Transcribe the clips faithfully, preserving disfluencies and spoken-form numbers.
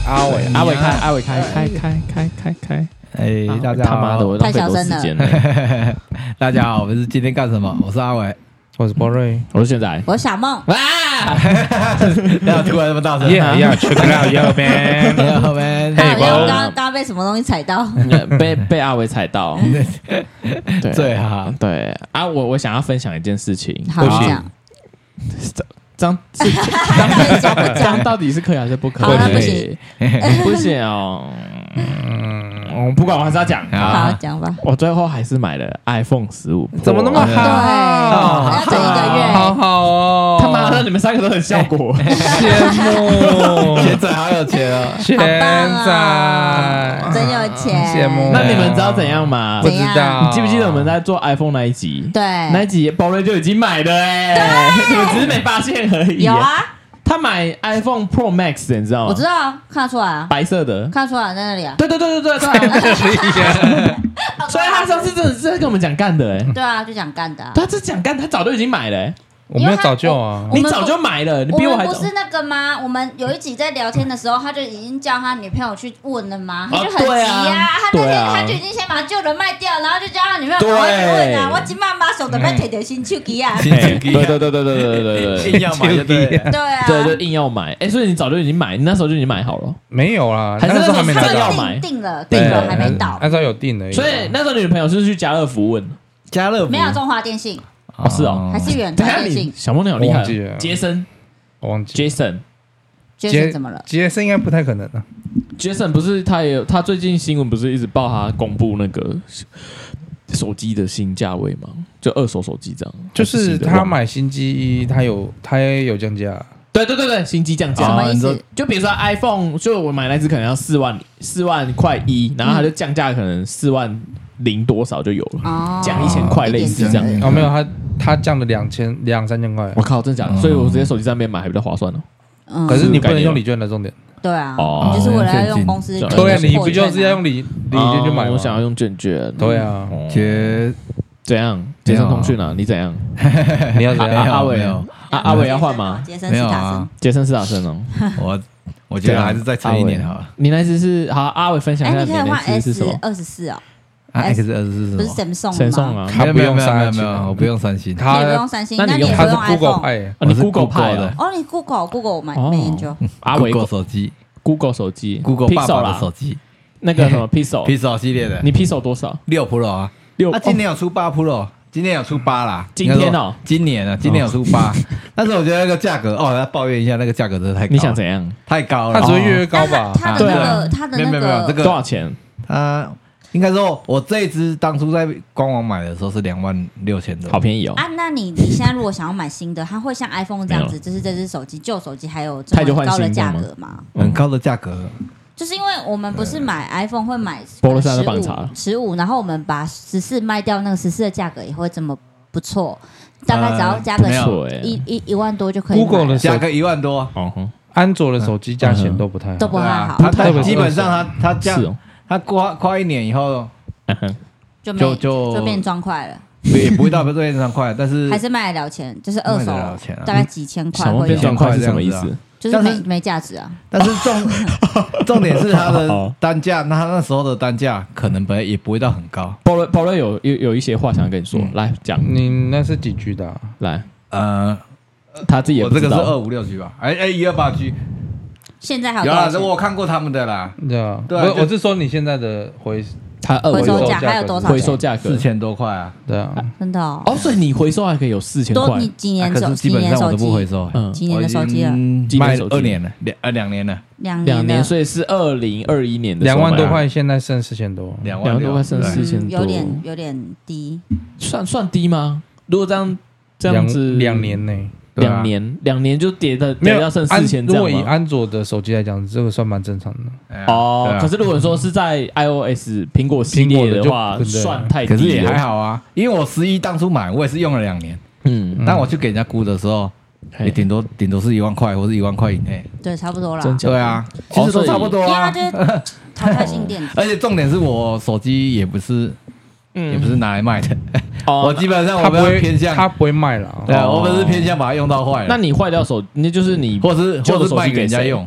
阿伟，阿伟开，阿伟开，开开开开开。 哎，大家好， 他妈的，我浪费多时间了。 大家好，我们是今天干什么？我是阿伟， 我是波瑞， 我是现在， 我是小梦。 啊！ 要突然那么大声 ？Yeah yeah, check it out, yo man, yo man。 刚刚刚刚被什么东西踩到？ 被被阿伟踩到。 对对啊， 对啊，我我想要分享一件事情。 好讲。 这样是这样到底是可以还是不可以？ 好，不行， 不行哦。嗯，不管，我还是要讲。 好，讲吧。 我最后还是买了 iPhone 十五， 怎么那么好？ 对，要等一个月， 好好哦。 他妈的，你们三个都很效果， 羡慕。 现在好有钱哦， 现在真有钱， 羡慕。 那你们知道怎样吗？ 不知道。 你记不记得我们在做 iPhone 那一集？ 对， 那一集包瑞就已经买了哎，你们只是没发现而已。 有啊。 他买 iPhone Pro Max， 你知道吗？ 我知道啊，看得出来啊， 白色的， 看得出来在那里啊。 对对对对对对。所以他上次真的是跟我们讲干的哎。 对啊，就讲干的啊。 他这讲干，他早就已经买了哎。 我没有早就啊， 你早就买了，你比我还早。 不是那个吗？我们有一集在聊天的时候，他就已经叫他女朋友去问了吗？他就很急啊，他那天他就已经先把旧的卖掉，然后就叫他女朋友赶快去问啊。我今晚把手都被摕到新手机啊！ 新手机， 对对对对对对对对， 硬要买就对。 对啊， 对，就硬要买。哎，所以你早就已经买，你那时候就已经买好了？ 没有啦， 还是那时候还没拿到。 定了，定了还没到。 那时候有定的。 所以那时候女朋友是去家乐福问， 家乐福没有中华电信。 哦，是哦， 还是远传电信。 小梦你好厉害， 杰森， 我忘记 Jason，Jason 怎么了？ 杰森应该不太可能啊。 Jason 不是他也有，他最近新闻不是一直报他公布那个手机的新价位吗？就二手手机这样， 就是他买新机，他有他也有降价。 对对对对，新机降价， 什么意思？ 就比如说 iPhone， 就我买那只可能要四万四万块一，然后他就降价可能四万零多少就有了，降一千块类似这样。 哦，没有他。他降了两千两三千块， 我靠，真的假的？所以我直接手机上面买还比较划算哦。 嗯， 可是你不能用礼券的重点。 对啊，哦，就是为了要用公司。 对啊，你不就是要用礼礼券去买吗？ 我想要用券券。 对啊， 杰怎样？杰森通讯啊？你怎样？ 你要怎样？ 阿伟哦，阿阿伟要换吗？ 杰森斯塔森， 杰森斯塔森哦。 我我觉得还是再撑一年好了。 你那只是好，阿伟分享一下， 你可以换 S 二十四哦。 X 二十四是什么？ 不是 Samsung 神送啊， 他不用三星， 我不用三星， 他也不用三星，那你也他是不用 Google 派， 你 Google 派的哦，你 Google Google 我没研究。 阿伟 Google 手机 ，Google 手机 ，Google 爸爸的手机， 那个什么 Pixel，Pixel 系列的， 你 Pixel 多少？ 六 Pro 啊， 六， 他今年有出八 Pro， 今年有出八啦， 今天哦， 今年啊，今年有出八，但是我觉得那个价格，哦，要抱怨一下，那个价格真的太高， 你想怎样？ 太高了， 它只会越来越高吧？ 它的那个，它的那个， 这个多少钱？ 它。应该说，我这一支当初在官网买的时候是两万六千多， 好便宜哦。 啊，那你你现在如果想要买新的，它会像 iPhone 这样子，就是这支手机旧手机还有这么高的价格吗？ 很高的价格， 就是因为我们不是买 iPhone 会买十五， 十五，然后我们把十四卖掉，那个十四的价格也会这么不错，大概只要加个一一一万多就可以。 Google 的加个一万多， 安卓的手机价钱都不太都不太好， 它基本上它它降。他跨跨一年以后， 就就就就变砖块了， 也不会到变砖块，但是还是卖得了钱，就是二手大概几千块会有。 变砖块是什么意思？ 就是没没价值啊。 但是重重点是它的单价，那他那时候的单价可能本来也不会到很高。 包瑞包瑞有有有一些话想跟你说，来讲。 你那是几 G 的？ 来， 呃， 他自己也不知道。 我这个是二五六 G 吧？哎哎，一二八 G。 现在还有啦，我看过他们的啦。 对啊，我我是说你现在的回它回收价还有多少？ 回收价格四千多块啊。 对啊， 真的哦。 哦，所以你回收还可以有四千块。 你几年手？ 基本上我都不回收。 嗯，几年的手机了？ 卖二年了，两呃两年了。 两两年，所以是二零二一年的。 两万多块，现在剩四千多。 两万多块剩四千多， 有点有点低。 算算低吗？如果这样这样子， 两年内。 两年，两年就跌的跌到剩四千。 如果以安卓的手机来讲，这个算蛮正常的。 哦，可是如果说是在 iOS 苹果系列的话，算太低了。 可是也还好啊，因为我十一当初买，我也是用了两年。嗯，当我去给人家估的时候，也顶多顶多是一万块或是一万块以内。 对，差不多啦。 对啊，其实都差不多啊。 淘汰性电子。 而且重点是我手机也不是。也不是拿来卖的，我基本上我不会偏向， 他不会卖了。 对啊，我们是偏向把它用到坏了。 那你坏掉手，那就是你， 或是或是卖给人家用。我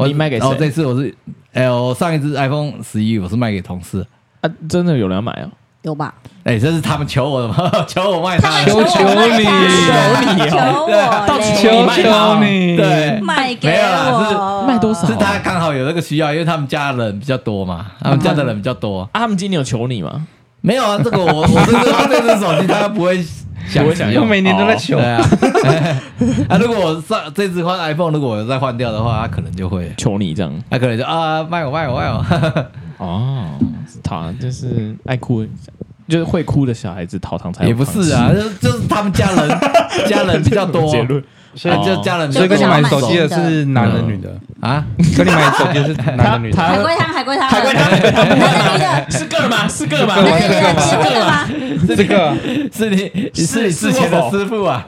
你卖给谁？ 哦，这次我是，哎，我上一支 iPhone 十一我是卖给同事啊，真的有人要买哦？ 有吧？ 哎，这是他们求我的吗？求我卖他， 求求你， 求你， 求我， 到底求求你， 对， 卖给我， 是卖多少？ 是他刚好有那个需要，因为他们家人比较多嘛，他们家的人比较多。 啊，他们今年有求你吗？ 没有啊，这个我我这个这只手机他不会不会想用， 每年都在求。 对啊，啊，如果我上这次换 iPhone， 如果我再换掉的话，他可能就会求你这样， 他可能就啊卖我卖我卖我。 哦，他就是爱哭。就是会哭的小孩子讨糖才也不是啊，就就是他们家人家人比较多， 结论， 所以就家人， 所以跟你买手机的是男的女的啊？跟你买手机的是男的女的？ 海龟汤，海龟汤， 海龟汤， 男的女的， 是个吗？是个吗？ 男的女的，是个吗？ 是这个， 是你是你之前的师傅啊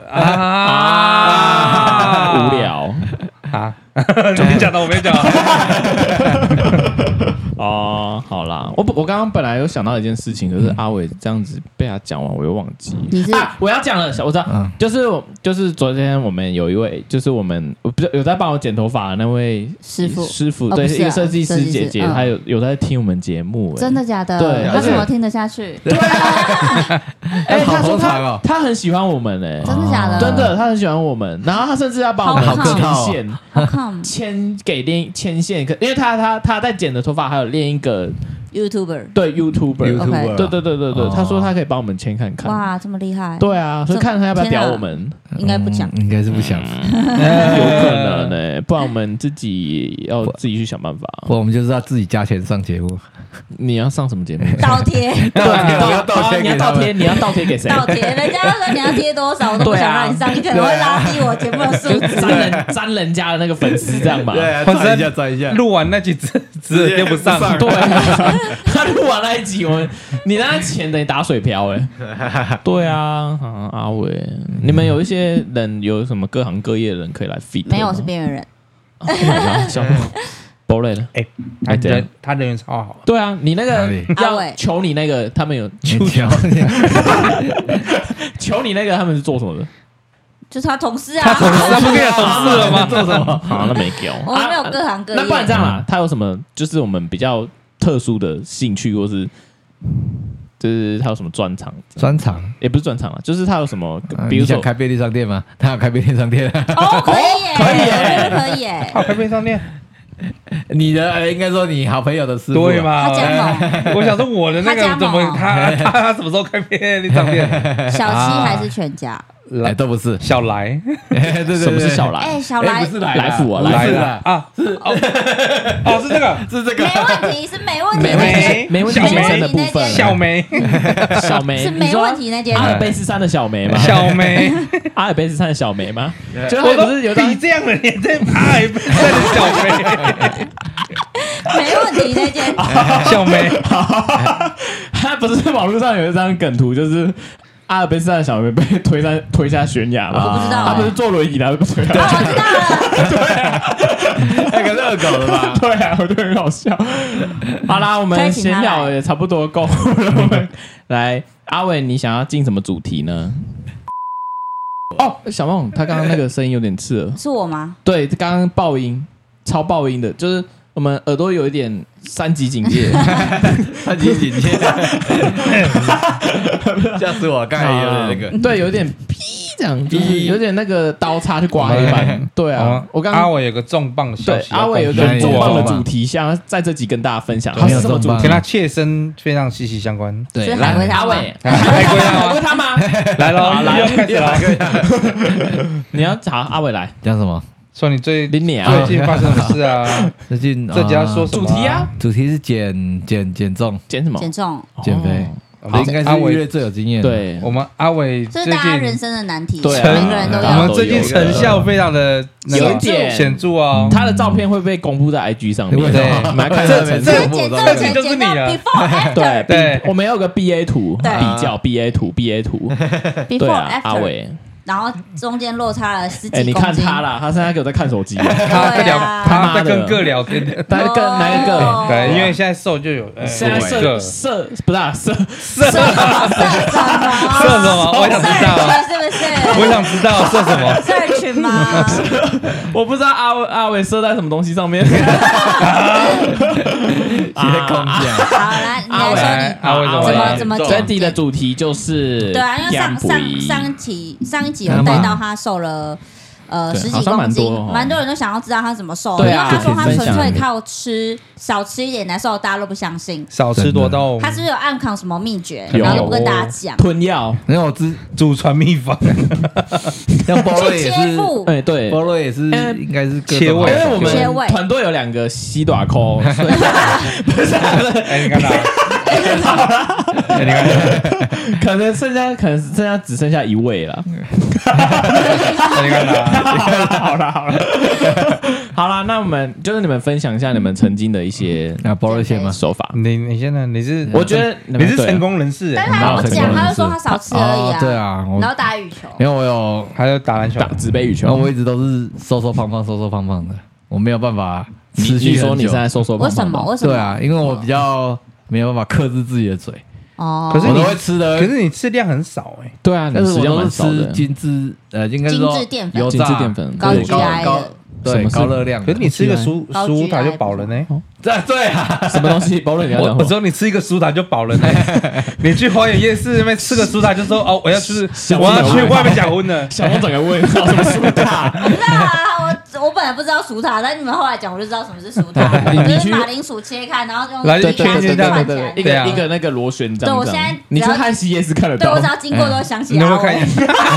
啊！ 无聊啊！你讲的我没讲。 哦，好啦，我我刚刚本来有想到一件事情，可是阿伟这样子被他讲完，我又忘记。 你是啊，我要讲了，我知道，嗯、就是就是昨天我们有一位，就是我们不是有在帮我剪头发的那位师傅， 师傅、 哦、 对， 是啊、 一个设计师姐姐，她、 嗯、 有有在听我们节目、欸， 真的假的？ 对， 他怎么听得下去？ 对啊，哎、欸，他说他、 哦、 他很喜欢我们哎、欸， 真的假的？ 真的，他很喜欢我们，然后他甚至要帮我们牵线，牵给练牵线，可因为他他他在剪的头发还有练一个。YouTuber 对 YouTuber， YouTuber 对对对对对，他说他可以帮我们签看看。 哇，这么厉害！ 对啊，所以看他要不要屌我们。 应该不讲， 应该是不想， 有可能呢，不然我们自己要自己去想办法。 不，我们就是要自己加钱上节目。 你要上什么节目？ 倒贴。 对，你要倒贴，你要倒贴，你要倒贴给谁？ 倒贴，人家说你要贴多少，我都不想让你上，你可能会拉低我节目的数字， 沾人沾人家的那个粉丝这样嘛？ 对，转一下转一下。 录完那集直直接不上， 对，他录完那一集，我你那钱等于打水漂哎。对啊，阿伟，你们有一些人有什么各行各业的人可以来 feed？ 没有，我是边缘人。 小不累了， 哎，他人他人缘超好。 对啊，你那个要求你那个，他们有求求你那个，他们是做什么的？ 就是他同事啊， 他同事他不变同事了吗？ 做什么？ 好，那没给我。 我们没有各行各业。 那不然这样啦，他有什么就是我们比较特殊的兴趣，或是就是他有什么专长？ 专长也不是专长啊，就是他有什么，比如说开便利商店吗？他有开便利商店。 哦，可以耶， 可以耶， 可以耶。 他有开便利商店。 你的应该说你好朋友的师傅对吗？ 他加盟。 我想说我的那个怎么他他他什么时候开便利商店？ 小七还是全家？ 来都不是小来， 对对， 什么是小来？ 哎，小来不是来来福啊， 来福啊，是哦哦是这个是这个， 没问题，是没问题， 没问题，没问题，女生的部分， 小梅， 小梅是没问题那间阿尔卑斯山的小梅吗？ 小梅， 阿尔卑斯山的小梅吗？就我不是有你这样的脸在阿尔卑斯山的小梅， 没问题那间小梅， 他不是网络上有一张梗图，就是。阿尔卑斯山的小梅被推下推下悬崖嘛？ 我不知道， 他不是坐轮椅，然后被推下去。我知道了， 对啊， 那个热狗了吧？ 对啊，我觉得很好笑。好啦，我们闲聊也差不多够了。我们来，阿伟，你想要进什么主题呢？哦，小梦，他刚刚那个声音有点刺耳， 是我吗？ 对，刚刚爆音，超爆音的，就是我们耳朵有一点三级警戒， 三级警戒，吓死我！刚才有点那个， 对，有点劈这样，就是有点那个刀叉去刮黑板。对啊，我刚阿伟有个重磅的消息， 阿伟有个重磅的主题，想在这集跟大家分享，他是什么主题？ 跟他切身非常息息相关。 对， 来， 阿伟， 海龟汤， 海龟汤吗？ 来了，来要开始了。 你要找阿伟来讲什么？ 说你最最近发生什么事啊？ 最近这集要说什么主题啊？ 主题是减减减重， 减什么？ 减重， 减肥。 好， 应该是月月最有经验。 对， 我们阿伟这是大家人生的难题， 对， 每个人都有。 我们最近成效非常的有点显著哦。 他的照片会被公布在 I G 上面， 对， 我们来看这这这减重这就是你了。 对对， 我们有个 B A 图比较 B A 图 B A 图，对啊，阿伟。 然后中间落差了十几公斤。 你看他啦，他现在给我在看手机， 他在聊，他在跟各聊天， 他在跟哪一个？ 对，因为现在瘦就有， 现在射射不是射射什么？ 射什么？我想知道， 是不是？ 我想知道射什么？ 社群吗？ 我不知道阿阿伟射在什么东西上面。 直接空降。 好，来，你来说你阿伟怎么怎么这题的主题就是对啊，因为上上上一题上一集有带到他瘦了。呃，十几公斤，蛮多人都想要知道他怎么瘦的，因为他说他纯粹靠吃，少吃一点来瘦，大家都不相信。 少吃多动， 他是不是有暗扛什么秘诀，然后都不跟大家讲？ 吞药， 没有祖祖传秘方。 像包瑞也是， 哎对， 包瑞也是应该是切胃， 因为我们团队有两个西短扣，不是， 哎你看他。 你看，可能剩下可能剩下只剩下一位了。 你看他， 好了好了好了，那我们就是你们分享一下你们曾经的一些啊包一些吗手法？ 你你现在你是， 我觉得你是成功人士， 但是他不讲，他就说他少吃而已啊。 对啊， 然后打羽球， 因为我有还有打篮球， 打直杯羽球， 然后我一直都是瘦瘦胖胖瘦瘦胖胖的，我没有办法持续。 你说你现在瘦瘦胖胖？ 为什么？为什么？ 对啊，因为我比较没有办法克制自己的嘴。 哦， 可是你会吃的， 可是你吃量很少哎。 对啊， 但是我都是吃精致，呃，应该是说精致淀粉、 油炸淀粉、 高 G I 的， 对，高热量。 可是你吃一个蔬蔬塔就饱了呢。 对对啊， 什么东西饱了？ 我我说你吃一个蔬塔就饱了呢。你去花园夜市那边吃个蔬塔就说哦，我要去我要去外面结婚了。 小红整个问号什么蔬塔？ 我不知道啊，我我本来不知道薯塔，但你们后来讲我就知道什么是薯塔。就是马铃薯切开，然后用来一圈圈串起来，一个一个那个螺旋这样。 对，我现在你去汉西夜市看得到。 对，我只要经过都会想起来。 你有没有看？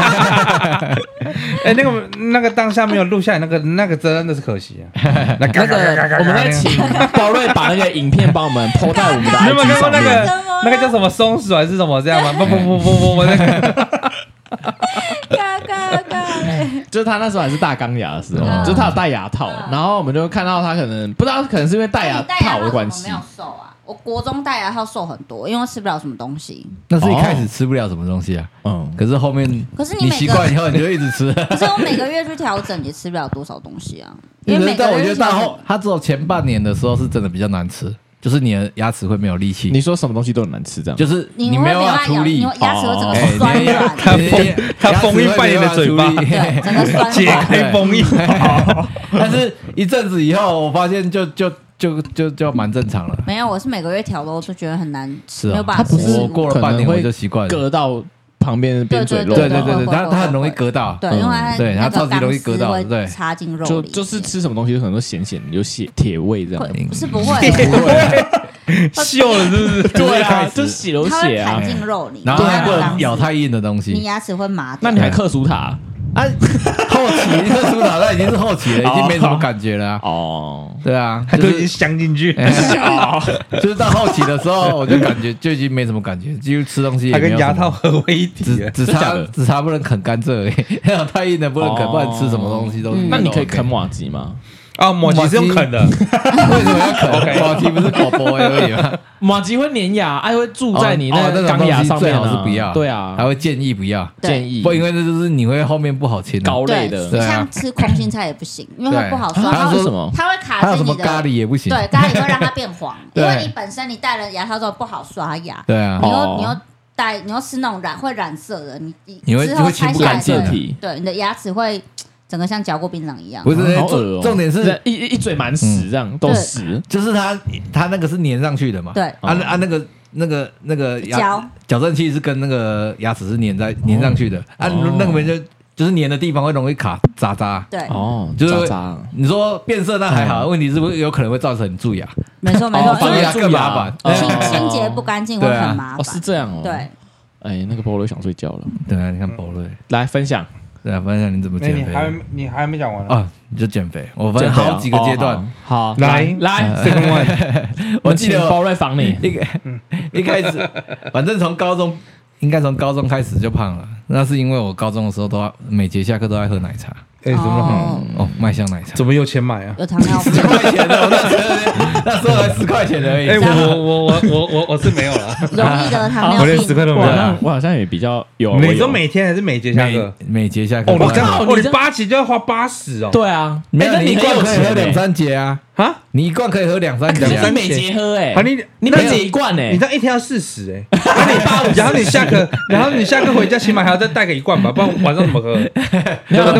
哎，那个那个当下没有录下来，那个那个真的是可惜啊。 那个我们在请包瑞把那个影片帮我们 po 在我们的 I G 上面。 你有没有看过那个那个叫什么松鼠还是什么这样吗？不不不不不不那个。 嘎嘎嘎！ 就是他那时候还是大钢牙的时候，就是他有戴牙套，然后我们就看到他可能不知道，可能是因为戴牙套的关系。 没有瘦啊，我国中戴牙套瘦很多，因为吃不了什么东西。 那是一开始吃不了什么东西啊，嗯，可是后面， 可是你习惯以后你就一直吃。 可是我每个月去调整也吃不了多少东西啊，因为每但我觉得到后，他只有前半年的时候是真的比较难吃。就是你的牙齿会没有力气， 你说什么东西都很难吃，这样就是你没有办法出力， 牙齿会整个酸软， 它封它封印半年的嘴巴， 对，整个酸解开封印。 但是一阵子以后，我发现就就就就就蛮正常了。 没有，我是每个月调都就觉得很难吃， 没有办法吃。 我过了半年我就习惯了， 割到旁边的边嘴肉， 对对对对，它它很容易割到， 对，因为它对它超级容易割到，对， 插进肉里， 就就是吃什么东西可能都咸咸的，有血铁味这样， 是不会， 不会。秀了是不是？ 对啊，就血流血啊， 它会进肉里， 然后不能咬太硬的东西， 你牙齿会麻。 那你还克苏塔？ 啊，后期克苏塔那已经是后期了，已经没什么感觉了。 哦， 对啊， 它都已经镶进去， 就是到后期的时候，我就感觉就已经没什么感觉，几乎吃东西它跟牙套合为一体， 只差只差不能啃甘蔗而已，咬太硬的不能啃，不然吃什么东西都。 那你可以啃麻糬吗？ 啊，麻糬是用啃的， 为什么要啃？麻糬不是宝宝而已吗？ 麻糬会粘牙，还会住在你那个钢牙上面， 最好是不要。 对啊， 还会建议不要， 建议不，因为这就是你会后面不好清膏类的。 对，像吃空心菜也不行，因为它不好刷。 它说什么？ 它会卡住你的咖喱也不行， 对，咖喱会让它变黄，因为你本身你戴了牙套之后不好刷牙。 对啊， 你又你又戴，你又吃那种染会染色的，你你会会清不干净体， 对，你的牙齿会。整个像嚼过槟榔一样， 不是，重点是一一嘴满屎，这样都屎， 就是它它那个是粘上去的嘛， 对， 啊啊那个那个那个牙矫正器是跟那个牙齿是粘在粘上去的，啊那个边就就是粘的地方会容易卡渣渣， 对， 哦， 就是你说变色那还好，问题是不是有可能会造成你蛀牙？ 没错没错， 蛀牙更麻烦， 清清洁不干净会很麻烦， 是这样哦， 对， 哎，那个波瑞想睡觉了， 对啊，你看波瑞来分享。 对啊，分享你怎么减肥？ 你还你还没讲完啊？你就减肥，我分好几个阶段。 好， 来来， 这个问， 我记得包瑞防你一个一开始，反正从高中应该从高中开始就胖了。那是因为我高中的时候都要每节下课都在喝奶茶。 哎，怎么哦，麦香奶茶怎么有钱买啊？ 有糖尿病， 十块钱的，那时候那时候才十块钱而已。 哎，我我我我我我是没有了， 容易得糖尿病， 我连十块都没有。 我好像也比较有。 你说每天还是每节下课？ 每节下课。 哦，你这样，哦，你八节就要花八十哦。 对啊， 没有你一罐可以喝两三节啊。 啊， 你一罐可以喝两三节， 你每节喝哎， 你你每节一罐哎， 你这样一天要四十哎，然后你下课，然后你下课回家起码还要再带个一罐吧，不然晚上怎么喝？然后就五十，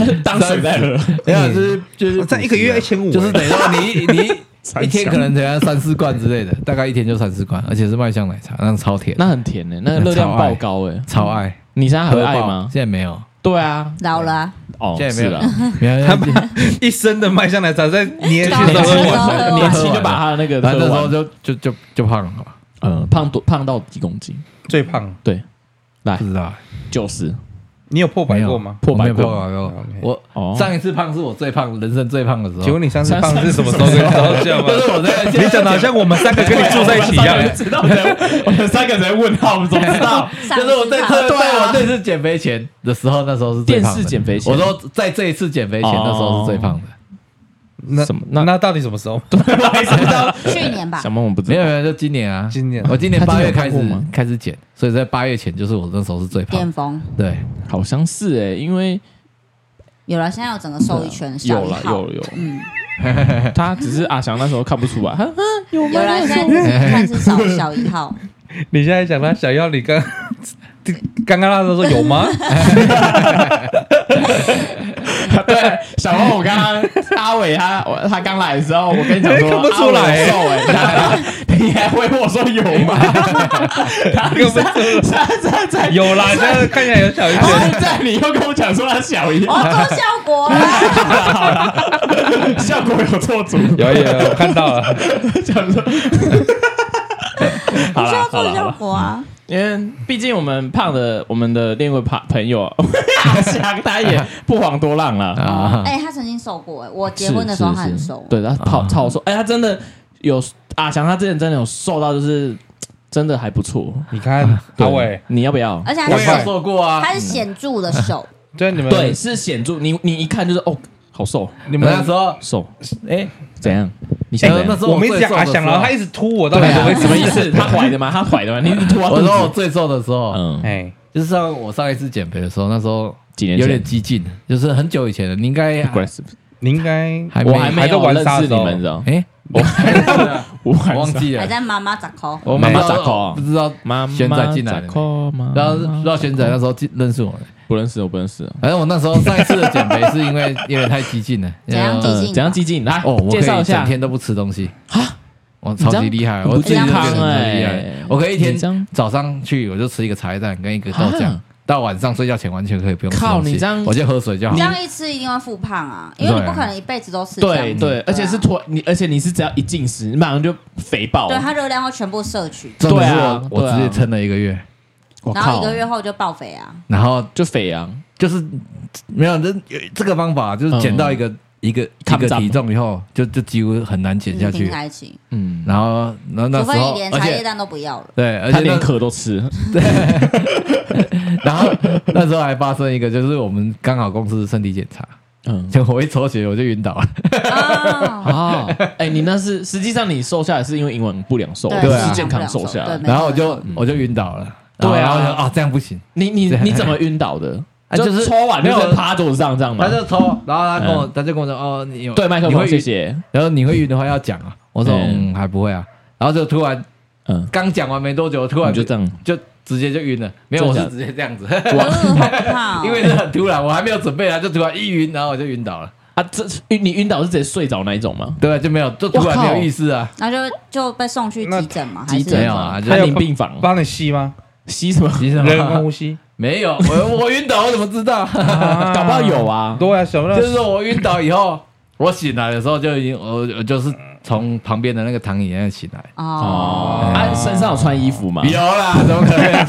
当水在喝， 没有，就是就是在一个月一千五， 就是等于说你你一天可能等下三四罐之类的，大概一天就三四罐，而且是麦香奶茶，那超甜， 那很甜的，那个热量爆高哎， 超爱。 你现在还爱吗？ 现在没有。 对啊， 老了， 哦， 现在没有了， 他把一升的麦香奶茶在年轻的时候年轻就把他的那个， 那时候就就就就胖了， 嗯，胖多胖到几公斤？ 最胖， 对，来不知道九十。 你有破百过吗？ 破百过， 破百过。我上一次胖是我最胖，人生最胖的时候。 请问你上次胖是什么时候？跟你吵架吗？ 就是我在， 你讲的好像我们三个跟你住在一起一样。 知道我们三个人问号，我们怎么知道？ 就是我在这对我这次减肥前的时候，那时候是最胖的。 电视减肥前， 我说在这一次减肥前那时候是最胖的。 那什么？那那到底什么时候？ 去年吧。 小梦我不知道， 没有没有，就今年啊， 今年我今年八月开始开始减，所以在八月前就是我那时候是最胖巅峰。 对， 好像是哎，因为有了，现在有整个瘦一圈， 有了有有， 嗯， 他只是阿翔那时候看不出来， 有有了，现在看是少小一号。 你现在讲他小妖，你刚刚刚那时候说有吗？ 对，小王，我刚刚阿伟他他刚来的时候，我跟你讲说看不出来， 瘦哎，你还回我说有吗？看不出来，在有啦，现在看起来有小一圈。 现在你又跟我讲说他小一， 我做效果啦， 效果有做足， 有有有，我看到了， 讲说，好了好了效果啊。 因为毕竟我们胖的，我们的另一位朋朋友阿翔，他也不遑多让了啊！哎，他曾经瘦过，哎，我结婚的时候他很瘦， 对，他超超瘦，哎，他真的有阿翔，他之前真的有瘦到就是真的还不错。 你看阿伟， 你要不要？ 而且我也瘦过啊， 他是显著的瘦， 对你们对是显著，你你一看就是哦，好瘦。 你们那时候瘦， 哎， 怎样？你想那时候我没讲阿翔，然后他一直突我，到底什么意思？他怀的吗？他怀的吗？你突我我说我最瘦的时候， 嗯， 哎， 就是上我上一次减肥的时候，那时候几年有点激进，就是很久以前的，你应该你应该还我还没有玩认识你们，知道？ 哎， 我我忘记了， 还在妈妈咋扣？ 我妈妈咋扣？ 不知道妈轩仔进来的，然后不知道轩仔那时候认识我的。 不认识，我不认识。 反正我那时候上一次的减肥是因为有点太激进了。 怎样激进？ 怎样激进？来， 哦，我介绍一下。 整天都不吃东西哈， 我超级厉害，我不健康哎！我可以一天早上去我就吃一个茶叶蛋跟一个豆浆，到晚上睡觉前完全可以不用吃东西。靠， 你这样我就喝水就好。 这样一吃一定会复胖啊，因为你不可能一辈子都吃。 对对，而且是突你，而且你是只要一进食，你马上就肥爆。 对，它热量会全部摄取。 对啊，我直接撑了一个月。 然后一个月后就爆肥啊， 然后就肥啊， 就是没有这这个方法，就是减到一个一个一个体重以后，就就几乎很难减下去。嗯，然后然后那时候， 除非你连茶叶蛋都不要了， 对，而且连壳都吃。 对，然后那时候还发生一个，就是我们刚好公司身体检查。嗯，就我一抽血我就晕倒了。 啊，哎，你那是实际上你瘦下来是因为营养不良瘦，不是健康瘦下来。 然后我就我就晕倒了。 对啊， 啊，这样不行。 你你你怎么晕倒的？就是抽完就趴桌子上这样吗？ 他就抽，然后他跟我，他就跟我说：“哦，你有对麦克风，谢谢。” 然后你会晕的话要讲啊。我说：“嗯，还不会啊。”然后就突然，嗯，刚讲完没多久，突然就这样， 就直接就晕了。没有，我是直接这样子。 哇， 因为是很突然，我还没有准备啊，就突然一晕，然后我就晕倒了。 啊，这你晕倒是直接睡着那一种吗？ 对，就没有，就突然没有意识啊。 然后就就被送去急诊嘛？ 急诊啊， 安宁病房帮你吸吗？ 吸什么？ 吸什么？ 人工呼吸？ 没有，我我晕倒，我怎么知道？ 搞不好有啊。 对啊，什么？ 就是说我晕倒以后，我醒来的时候就已经，我我就是从旁边的那个躺椅那醒来。 哦，啊，身上有穿衣服吗？ 有啦，怎么可能？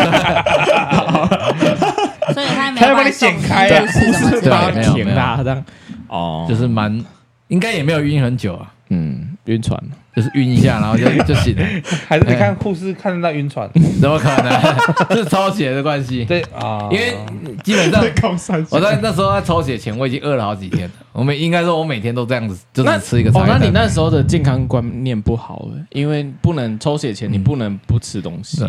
所以他没有帮你剪开啊， 不是对，没有没有这样。哦， 就是蛮，应该也没有晕很久啊。 嗯，晕船。 就是晕一下，然后就就醒了。 还是你看护士看得到晕船？ 怎么可能？是抽血的关系。 对啊， 因为基本上我在那时候在抽血前，我已经饿了好几天了。我们应该说，我每天都这样子，就是吃一个茶叶蛋。 哦，那你那时候的健康观念不好，因为不能抽血前你不能不吃东西。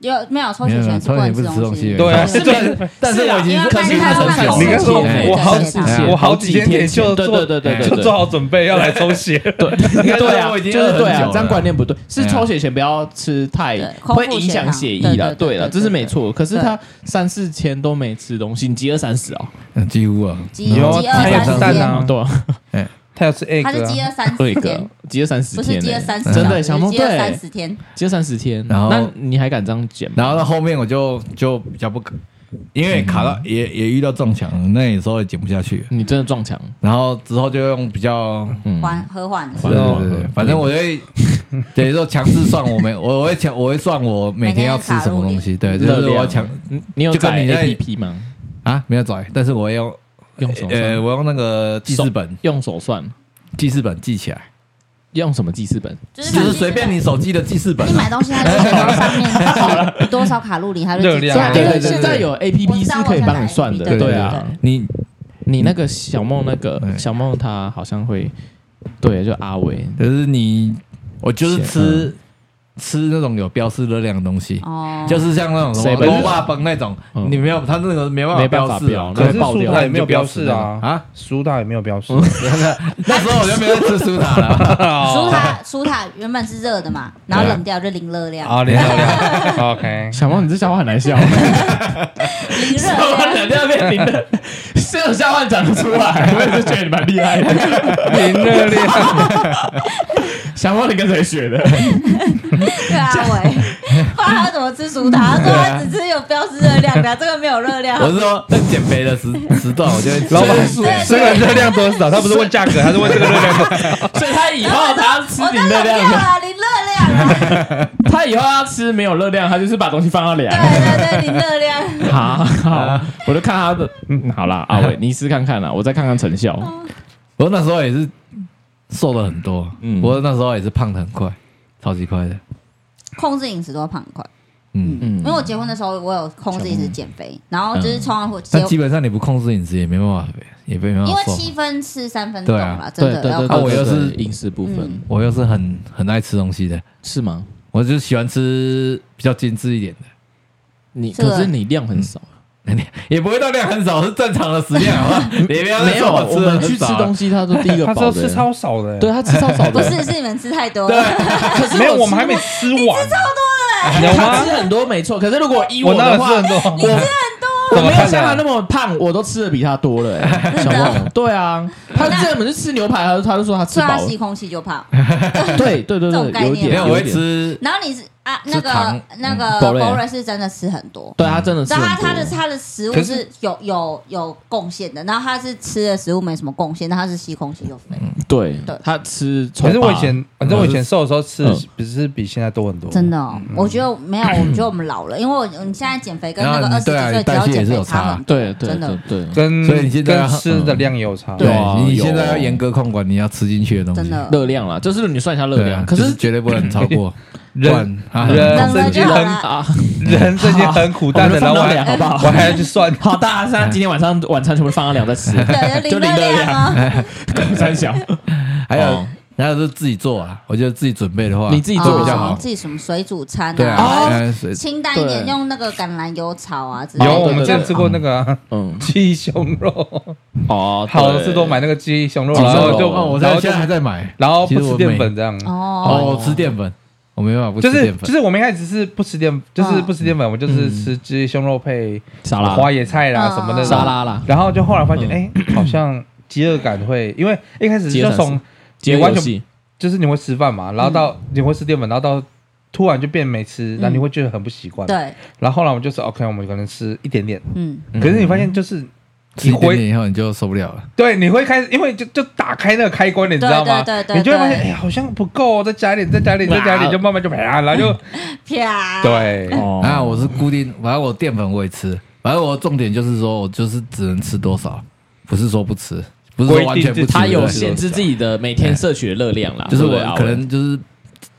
有没有抽血前是不能吃东西？ 对啊， 但是我已经是可是他你看说，我好我好几天前就对对对对就做好准备要来抽血。 对对啊，就是对啊，这样观念不对，是抽血前不要吃太会影响血液啦。对了，这是没错。可是他三四天都没吃东西，你饥饿三十哦， 几乎啊， 饥饿三十天， 对，哎。 他要吃 egg， 他是饥饿三十天， 饥饿三十天， 不是饥饿三十， 真的小梦对， 三十天， 饥饿三十天， 然后那你还敢这样减？ 然后到后面我就就比较不可，因为卡到也也遇到撞墙，那有时候也减不下去。 你真的撞墙， 然后之后就用比较缓和缓的， 对对对，反正我会等于说强制算我每我会强我会算我每天要吃什么东西，对，就是我强， 你有载 A P P 吗？ 啊，没有载，但是我用用手呃，我用那个记事本， 用手算。 记事本记起来， 用什么记事本？ 就是随便你手机的记事本。 你买东西，它就写到上面多少卡路里，它就热量。 对对对，现在有 A P P 是可以帮你算的。对啊，你你那个小梦那个小梦，他好像会，对，就阿伟。 可是你，我就是吃。吃那种有标示热量的东西，哦，就是像那种什么罗霸崩那种，你没有，它那个没办法标示啊， 可是苏打也没有标示啊，啊，苏打也没有标示， 那时候我就没有吃苏打了。 苏打苏打原本是热的嘛，然后冷掉就零热量啊，零热量。OK， 小梦，你这笑话很难笑， 零热量， 冷掉变零的，这种笑话讲得出来，我也是觉得你蛮厉害的。 零热量， 小梦，你跟谁学的？ 对啊，伟，不然他怎么吃苏打？他说他只吃有标示热量的，这个没有热量。 我是说，在减肥的时时段，我就会老板这个热量多少？他不是问价格，他是问这个热量多少。 所以他以后他要吃零热量啊，零热量啊。 他以后要吃没有热量，他就是把东西放到凉。 对对对，零热量。 好，好，我就看他的。嗯，好啦，阿伟，你试看看啦，我再看看成效。 我那时候也是瘦了很多，嗯，我那时候也是胖的很快，超级快的。 控制饮食都会胖很快，嗯嗯，因为我结婚的时候我有控制饮食减肥，然后就是从来会， 但基本上你不控制饮食也没办法，也没办法， 因为七分吃三分动啦，真的要控制。我又是饮食部分， 我又是很很爱吃东西的， 是吗？ 我就喜欢吃比较精致一点的。 你可是你量很少。 也不会到量很少，是正常的食量，好吧？没有，我们去吃东西，他说第一个他说吃超少的， 对他吃超少的， 不是是你们吃太多， 对， 可是没有，我们还没吃完， 你吃超多的，他吃很多没错，可是如果以我的话， 你吃很多， 我没有像他那么胖，我都吃的比他多了，小梦，对啊，他这本是吃牛排，他他就说他吃饱， 他吸空气就胖， 对对对对，有点， 我会吃， 然后你是。啊，那个那个 Boris 是真的吃很多， 对他真的吃很多。 他他的他的食物是有有有贡献的，然后他是吃的食物没什么贡献，但他是吸空气就肥。 对，他吃。 可是我以前，反正我以前瘦的时候吃，不是比现在多很多。 真的哦，我觉得没有，我觉得我们老了，因为我你现在减肥跟那个二十几岁只要减肥差很多， 对对，真的对， 跟所以你现在吃的量也有差。 对，你现在要严格控管你要吃进去的东西， 真的热量啦，就是你算一下热量，可是绝对不能超过。 人人最近很啊，人最近很苦，但是然后我还好不好？我还要去算。 好，大家现在今天晚上晚餐全部放到凉再吃， 就零热量， 三小。 还有还有是自己做啊，我觉得自己准备的话， 你自己做比较好。 自己什么水煮餐对啊，清淡一点，用那个橄榄油炒啊。 有我们之前吃过那个嗯鸡胸肉哦，好吃多买那个鸡胸肉，然后就我现在还在买， 然后不吃淀粉这样哦，吃淀粉。我没办法不吃淀粉， 就是我们一开始是不吃淀，就是不吃淀粉，我就是吃鸡胸肉配沙拉、 花椰菜啦什么的沙拉啦。 然后就后来发现，哎，好像饥饿感会，因为一开始就从你完全就是你会吃饭嘛，然后到你会吃淀粉，然后到突然就变没吃，然后你会觉得很不习惯。 对。 然后后来我们就是 OK， 我们可能吃一点点，嗯，可是你发现就是。 吃一点点以后你就受不了了， 对，你会开始，因为就就打开那个开关，你知道吗？ 对对对， 你就会发现，哎呀，好像不够，再加一点，再加一点，再加一点，就慢慢就啪，然后就啪。 对， 啊，我是固定，反正我淀粉我也吃，反正我重点就是说我就是只能吃多少，不是说不吃，不是说完全不吃， 他有限制自己的每天摄取的热量啦， 就是我可能就是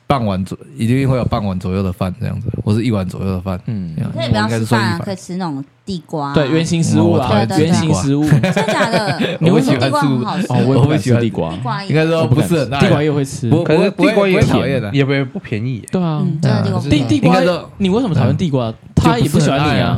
半碗左一定会有半碗左右的饭这样子，或是一碗左右的饭。嗯， 可以不要吃饭啊，可以吃那种地瓜、啊， 对，原型食物啊，原型食物， 真的假的？ 你会喜欢吃？ 哦，我会喜欢地瓜， 应该说不是很爱， 地瓜也会吃， 可是地瓜也讨厌的， 也不不便宜。 对啊， 真的地瓜， 地地瓜，你为什么讨厌地瓜？他也不喜欢你啊，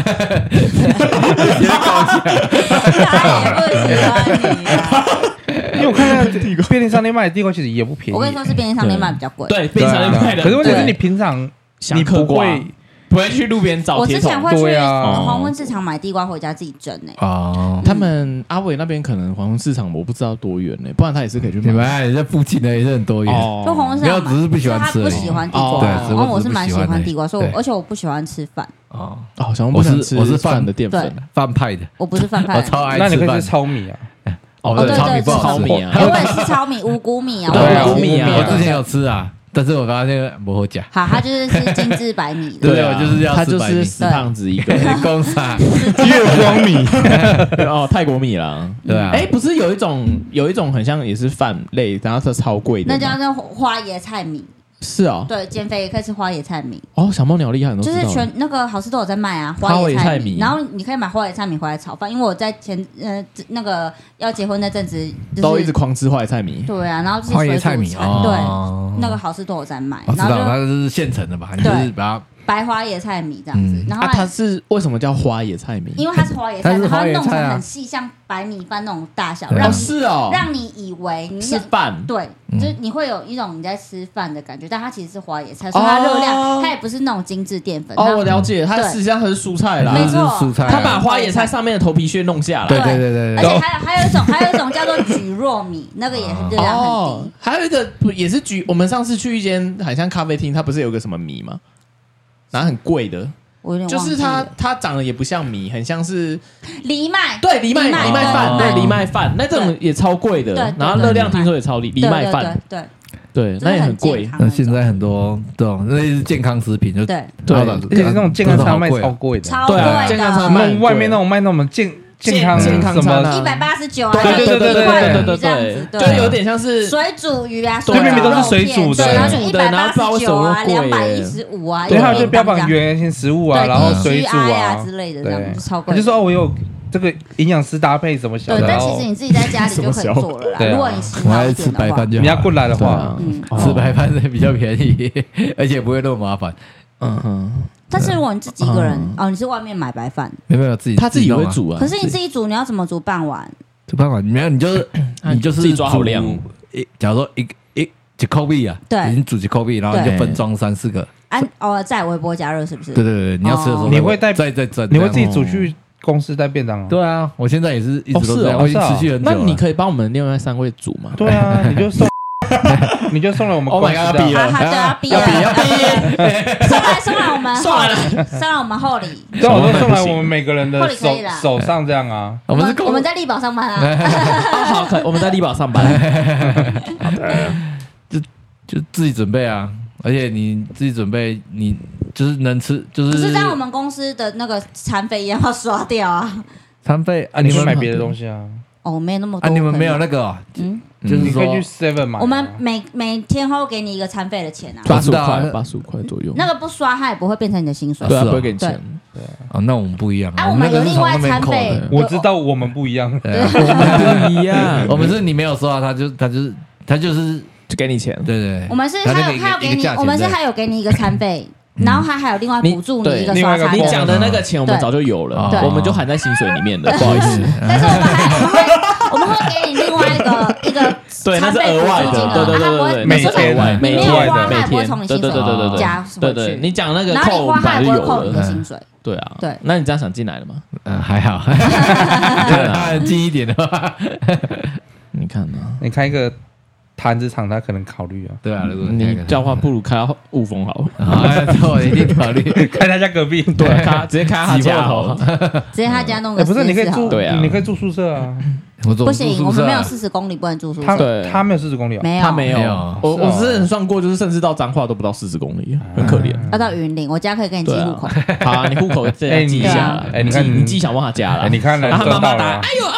别搞起来， 他也不喜欢你啊。 因为我看那个便利商店卖的地瓜其实也不便宜。 我跟你说是便利商店卖比较贵， 对，便利商店卖的。 可是问题是你平常你不会不会去路边找。 我之前会去黄昏市场买地瓜回家自己蒸诶。 哦，他们阿伟那边可能黄昏市场我不知道多远呢，不然他也是可以去买。 你们在附近的也是很多远。 就黄昏市场， 只是不喜欢吃， 他不喜欢地瓜，然后我是蛮喜欢地瓜，所以而且我不喜欢吃饭。 哦哦，小红不想吃， 我是饭的淀粉， 饭派的。 我不是饭派， 我超爱吃。 那你可以吃糙米啊。 哦，对对对， 糙米啊， 我也是糙米、五谷米啊， 五谷米啊， 我之前有吃啊，但是我发现不好吃。 好，他就是吃精致白米的，对，我就是要他就是死胖子一个， 公啥月光米哦，泰国米啦， 对啊， 哎，不是有一种有一种很像也是饭类，然后它超贵的， 那叫做花椰菜米。 是哦， 对，减肥也可以吃花椰菜米。 哦，小猫鸟厉害， 就是全那个好市都有在卖啊，花椰菜米。然后你可以买花椰菜米回来炒饭，因为我在前呃那个要结婚那阵子， 都一直狂吃花椰菜米。 对啊，然后就是花椰菜米， 对，那个好市都有在卖。 我知道，它是现成的吧？就是把它。 白花椰菜米这样子，然后它是为什么叫花椰菜米？ 因为它是花椰菜，它弄成很细，像白米饭那种大小，让是哦， 让你以为你是饭， 对，就是你会有一种你在吃饭的感觉，但它其实是花椰菜，所以它热量它也不是那种精致淀粉。 哦，我了解，它实际上它是蔬菜啦， 没错， 蔬菜。 它把花椰菜上面的头皮屑弄下来， 对对对对， 而且还有还有一种还有一种叫做蒟蒻米，那个也热量很低。 还有一个也是蒟，我们上次去一间很像咖啡厅，它不是有个什么米吗？然后很贵的，就是它，它长得也不像米，很像是藜麦， 对，藜麦藜麦饭，对，藜麦饭那种也超贵的，然后热量听说也超低，藜麦饭， 对对，那也很贵。 那现在很多这种那是健康食品，就对对，而且那种健康餐卖超贵的， 超贵的， 健康餐卖外面那种卖那种健。健康健康什么一百八十九啊， 对对对对对对对对，就有点像是水煮鱼啊， 对，明明都是水煮的， 然后就一百八十九啊，两百一十五啊， 对，还有就标榜原型食物啊，然后水煮啊之类的，这样就超贵。 就说哦，我有这个营养师搭配什么小的， 对，但其实你自己在家里就可以做了啦。如果你喜欢吃白饭就你要过来的话， 吃白饭比较便宜，而且不会那么麻烦。 嗯哼。 但是如果你自己一个人哦，你是外面买白饭， 没有没有自己， 他自己会煮啊。 可是你自己煮，你要怎么煮半碗？ 煮半碗没有，你就是你就是自己抓好量。 一假如说一一几口币啊， 对， 你煮几口币，然后你就分装三四个， 按哦在微波加热是不是？ 对对对，你要吃的时候你会带再再蒸， 你会自己煮去公司带便当啊？ 对啊，我现在也是一直都这样，我已经持续很久了。 那你可以帮我们另外三位煮吗？ 对啊，你就送。你就送了我们公司的， 对啊，逼了，要逼，送来送来我们送来送来我们厚礼， 对，我都送来我们每个人的手手上这样啊。 我们我们在力宝上班啊， 好，可以，我们在力宝上班， 好的，就就自己准备啊，而且你自己准备，你就是能吃，就是。 可是让我们公司的那个餐费也要刷掉啊， 餐费啊，你们买别的东西啊。 哦，没有那么多啊！你们没有那个，嗯， 就是你可以去 Seven 买。 我们每每天会给你一个餐费的钱啊， 八十五块，八十五块左右。 那个不刷，它也不会变成你的薪水， 对，不会给你钱。 对啊，那我们不一样啊，我们有另外餐费。 我知道我们不一样， 我们不一样。我们是你没有刷，他就他就是他就是就给你钱。 对对， 我们是他有他有给你，我们是还有给你一个餐费。然后他还有另外补助你一个刷餐， 你讲的那个钱我们早就有了，我们就含在薪水里面了，不好意思。 但是我们还我们会我们会给你另外一个一个餐费补助金额， 对对对对， 每天每天花他也不会从你薪水加对对，你讲那个扣他就有扣你的薪水。 对啊， 对， 那你这样想进来了吗？ 嗯，还好，近一点的话， 你看呢？ 你开一个。摊子厂他可能考虑啊， 对啊，如果你叫话不如开雾峰好， 我一定考虑开他家隔壁， 对，开直接开他家好， 直接他家弄个， 不是你可以住， 对啊， 你可以住宿舍啊， 不行，我们没有四十公里不能住宿舍， 他他没有四十公里， 没有， 他没有，我我之前算过，就是甚至到彰化都不到四十公里，很可怜。 要到云林，我家可以给你寄户口， 好，你户口这样记一下， 哎，你看你寄小梦他家了， 你看， 然后妈妈打，哎呦，他们家怎么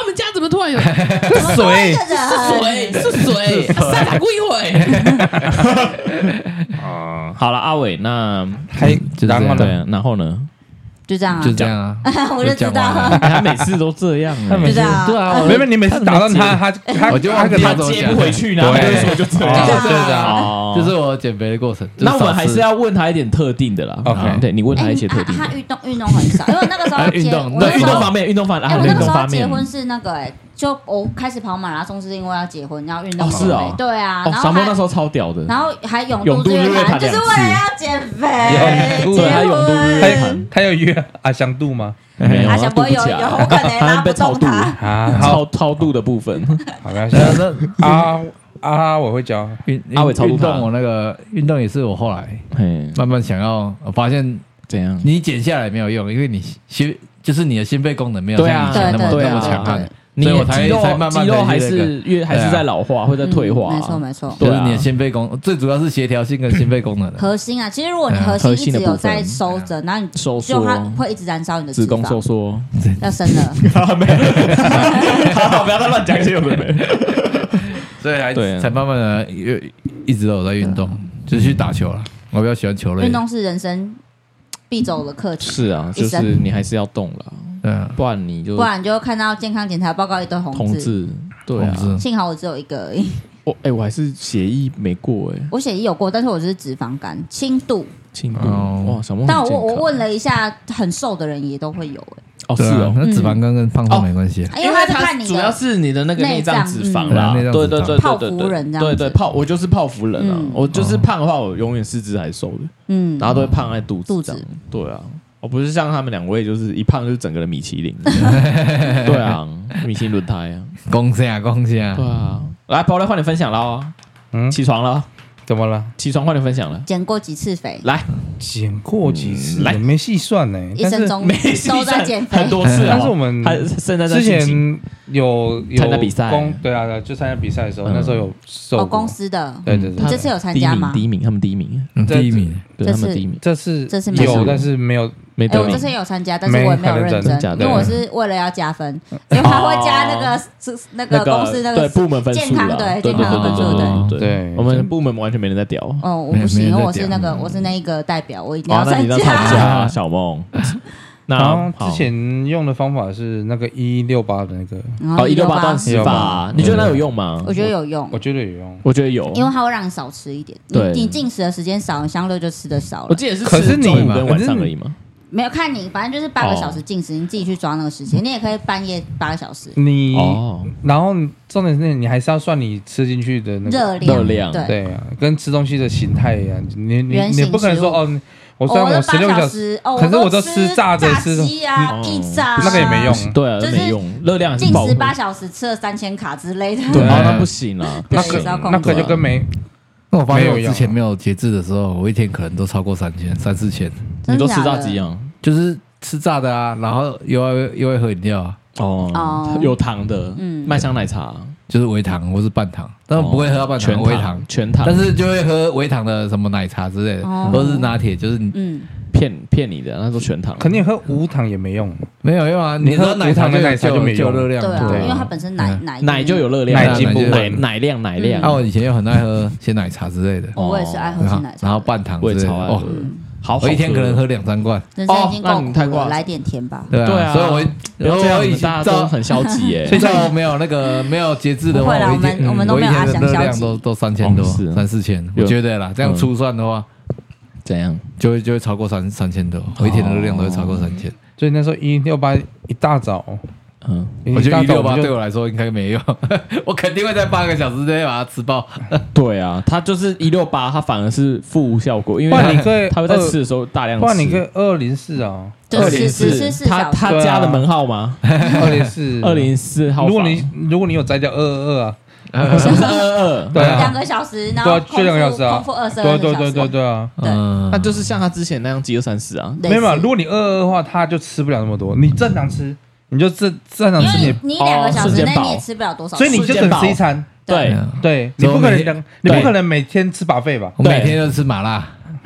么突然有水？ 是水，是水，三打过一回。哦，好了，阿伟，那还然后呢？然后呢？ 就这样啊， 就这样啊， 我就知道， 他每次都这样， 他每次对啊， 没有你每次打到他，他他我就他他接不回去，然后就说就这样， 对的，就是我减肥的过程。 那我们还是要问他一点特定的啦。 OK， 对你问他一些特定的。 他运动运动很少，因为那个时候运动， 对运动方面，运动方面， 哎，我那个时候结婚是那个哎。就我开始跑马拉松是因为要结婚，然后运动是哦， 对啊，然后小梦那时候超屌的， 然后还泳渡日月潭，就是为了要减肥， 对，还泳渡日月潭， 他有约阿香渡吗？ 没有， 阿香不会有，有我可能拉不动他啊，超超度的部分。 好，没关系，那阿阿我会教阿伟超度动，我那个运动也是我后来慢慢想要，我发现怎样， 你减下来没有用，因为你心就是你的心肺功能没有像以前那么那么强悍。所以我才才慢慢肌肉还是越还是在老化，会在退化。 没错没错， 就是你的心肺功，最主要是协调性跟心肺功能的核心啊。其实如果你核心一直有在收着，然后你就它会一直燃烧你的子宫收缩， 要生了。 没有，好，不要再乱讲些有的没。 所以还才慢慢的一直都有在运动，就是去打球了。我比较喜欢球类， 运动是人生必走的课题。 是啊，就是你还是要动了。 嗯， 不然你就不然你就看到健康检查报告一堆红字， 对啊， 幸好我只有一个而已。 我哎，我还是血液没过哎， 我血液有过，但是我就是脂肪肝轻度， 轻度哇，小梦。 但我我问了一下，很瘦的人也都会有哎。 哦，是哦，那脂肪肝跟胖瘦没关系， 因为他是看你主要是你的那个内脏脂肪啦，对对对对， 泡芙人这样， 对对泡，我就是泡芙人啊，我就是胖的话，我永远四肢还瘦的，嗯，然后都会胖在肚子，肚子，对啊。我不是像他们两位，就是一胖就是整个的米其林，对啊，米其林轮胎啊， 恭喜啊，恭喜啊， 对啊，来，宝来换你分享了哦，嗯，起床了， 怎么了？ 起床换你分享了， 减过几次肥？ 来，减过几次？来，没细算呢， 一生中都在减肥很多次， 但是我们之前有有参加比赛， 对啊，就参加比赛的时候，那时候有哦公司的， 对对对， 这次有参加吗？ 第一名，他们第一名， 第一名， 对他们第一名， 这次这次有，但是没有。 没得名， 我这次有参加，但是我也没有认真，因为我是为了要加分，因为他会加那个那个公司那个部门分数健康对健康分数对对，我们部门完全没人在屌。 哦，我不行，因为我是那个我是那一个代表，我一定要参加。小梦， 然后之前用的方法是那个一六八的那个哦一六八断食法，你觉得那有用吗？ 我觉得有用， 我觉得有用， 我觉得有， 因为它会让你少吃一点。对，你进食的时间少，相对就吃的少了。 我记得是吃中午跟晚上而已嘛。 没有看你，反正就是八个小时进食，你自己去抓那个时间。你也可以半夜八个小时。 你，然后重点是你还是要算你吃进去的那个热量， 热量对啊，跟吃东西的形态一样。你你你不可能说哦，我虽然我十六个小时，可是我都吃炸的吃啊，披萨， 那个也没用， 对啊，没用，热量进食八小时吃了三千卡之类的， 对啊，那不行啊， 那可那可就跟没。 那我发现我之前没有节制的时候，我一天可能都超过三千、三四千。 你都吃炸鸡啊？ 就是吃炸的啊，然后又要又会喝饮料啊。 哦，有糖的，嗯，麦香奶茶就是微糖或是半糖，但不会喝到半糖，微糖、 全糖， 但是就会喝微糖的什么奶茶之类的，或是拿铁，就是嗯。 骗骗你的，那说全糖， 肯定喝无糖也没用， 没有用啊！你喝奶糖的奶茶就没有热量， 对啊，因为它本身奶奶奶就有热量， 奶精奶奶量奶量。 那我以前又很爱喝鲜奶茶之类的， 我也是爱喝鲜奶茶， 然后半糖之类的，哦， 好， 我一天可能喝两三罐， 人生已经够苦了，来点甜吧。 对啊，所以我然后我以前大家都很消极耶， 现在没有那个没有节制的话， 我一天我们都没有阿翔消极， 都都三千多，三四千，我觉得啦，这样粗算的话。 怎样就会就会超过三三千多，我一天的热量都会超过三千。 所以那时候一六八一大早， 嗯，我觉得一六八对我来说应该没用，我肯定会在八个小时之内把它吃爆。 对啊，它就是一六八，它反而是负效果，因为它会在吃的时候大量吃。 不然你可以二零四啊， 二零四，他他家的门号吗？ 二零四， 二零四号。 如果你如果你有摘掉二二二啊。 什么是二二？ 对啊， 两个小时，然后就两个小时啊， 空腹二十二对对对对对啊， 对， 那就是像他之前那样饥饿三十啊， 没有嘛？如果你二二的话，他就吃不了那么多。你正常吃，你就正正常吃， 你你两个小时内你也吃不了多少， 所以你就只吃一餐。 对对，你不可能两，你不可能每天吃饱费吧？ 我每天都吃麻辣。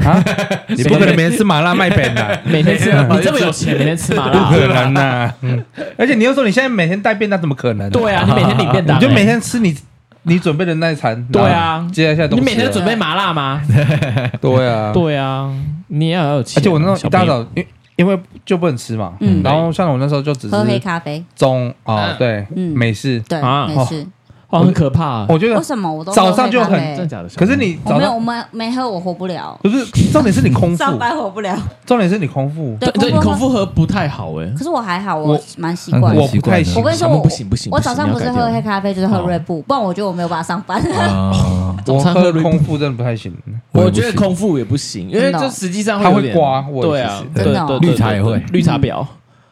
啊，你不可能每天吃麻辣卖本的， 每天吃，你这么有钱，每天吃麻辣， 不可能呐。嗯，而且你又说你现在每天带便当，怎么可能？ 对啊，你每天领便当， 你就每天吃你你准备的那一餐。 对啊， 接下来你每天准备麻辣吗？ 对啊， 对啊，你也要有钱。 而且我那种一大早，因因为就不能吃嘛，嗯，然后像我那时候就只是喝黑咖啡， 中哦，对，美式， 对，美式。 哦，很可怕。 我觉得为什么我都早上就很真的假的？ 可是你早上我们没喝，我活不了。 不是，重点是你空腹， 上班活不了。 重点是你空腹， 对，你空腹喝不太好哎。 可是我还好，我蛮习惯。 我不太习惯。 我跟你说，我不行不行。 我早上不是喝黑咖啡，就是喝瑞布，不然我觉得我没有办法上班。 我喝空腹真的不太行。 我觉得空腹也不行，因为就实际上它会刮。 对啊， 真的。 绿茶也会， 绿茶婊。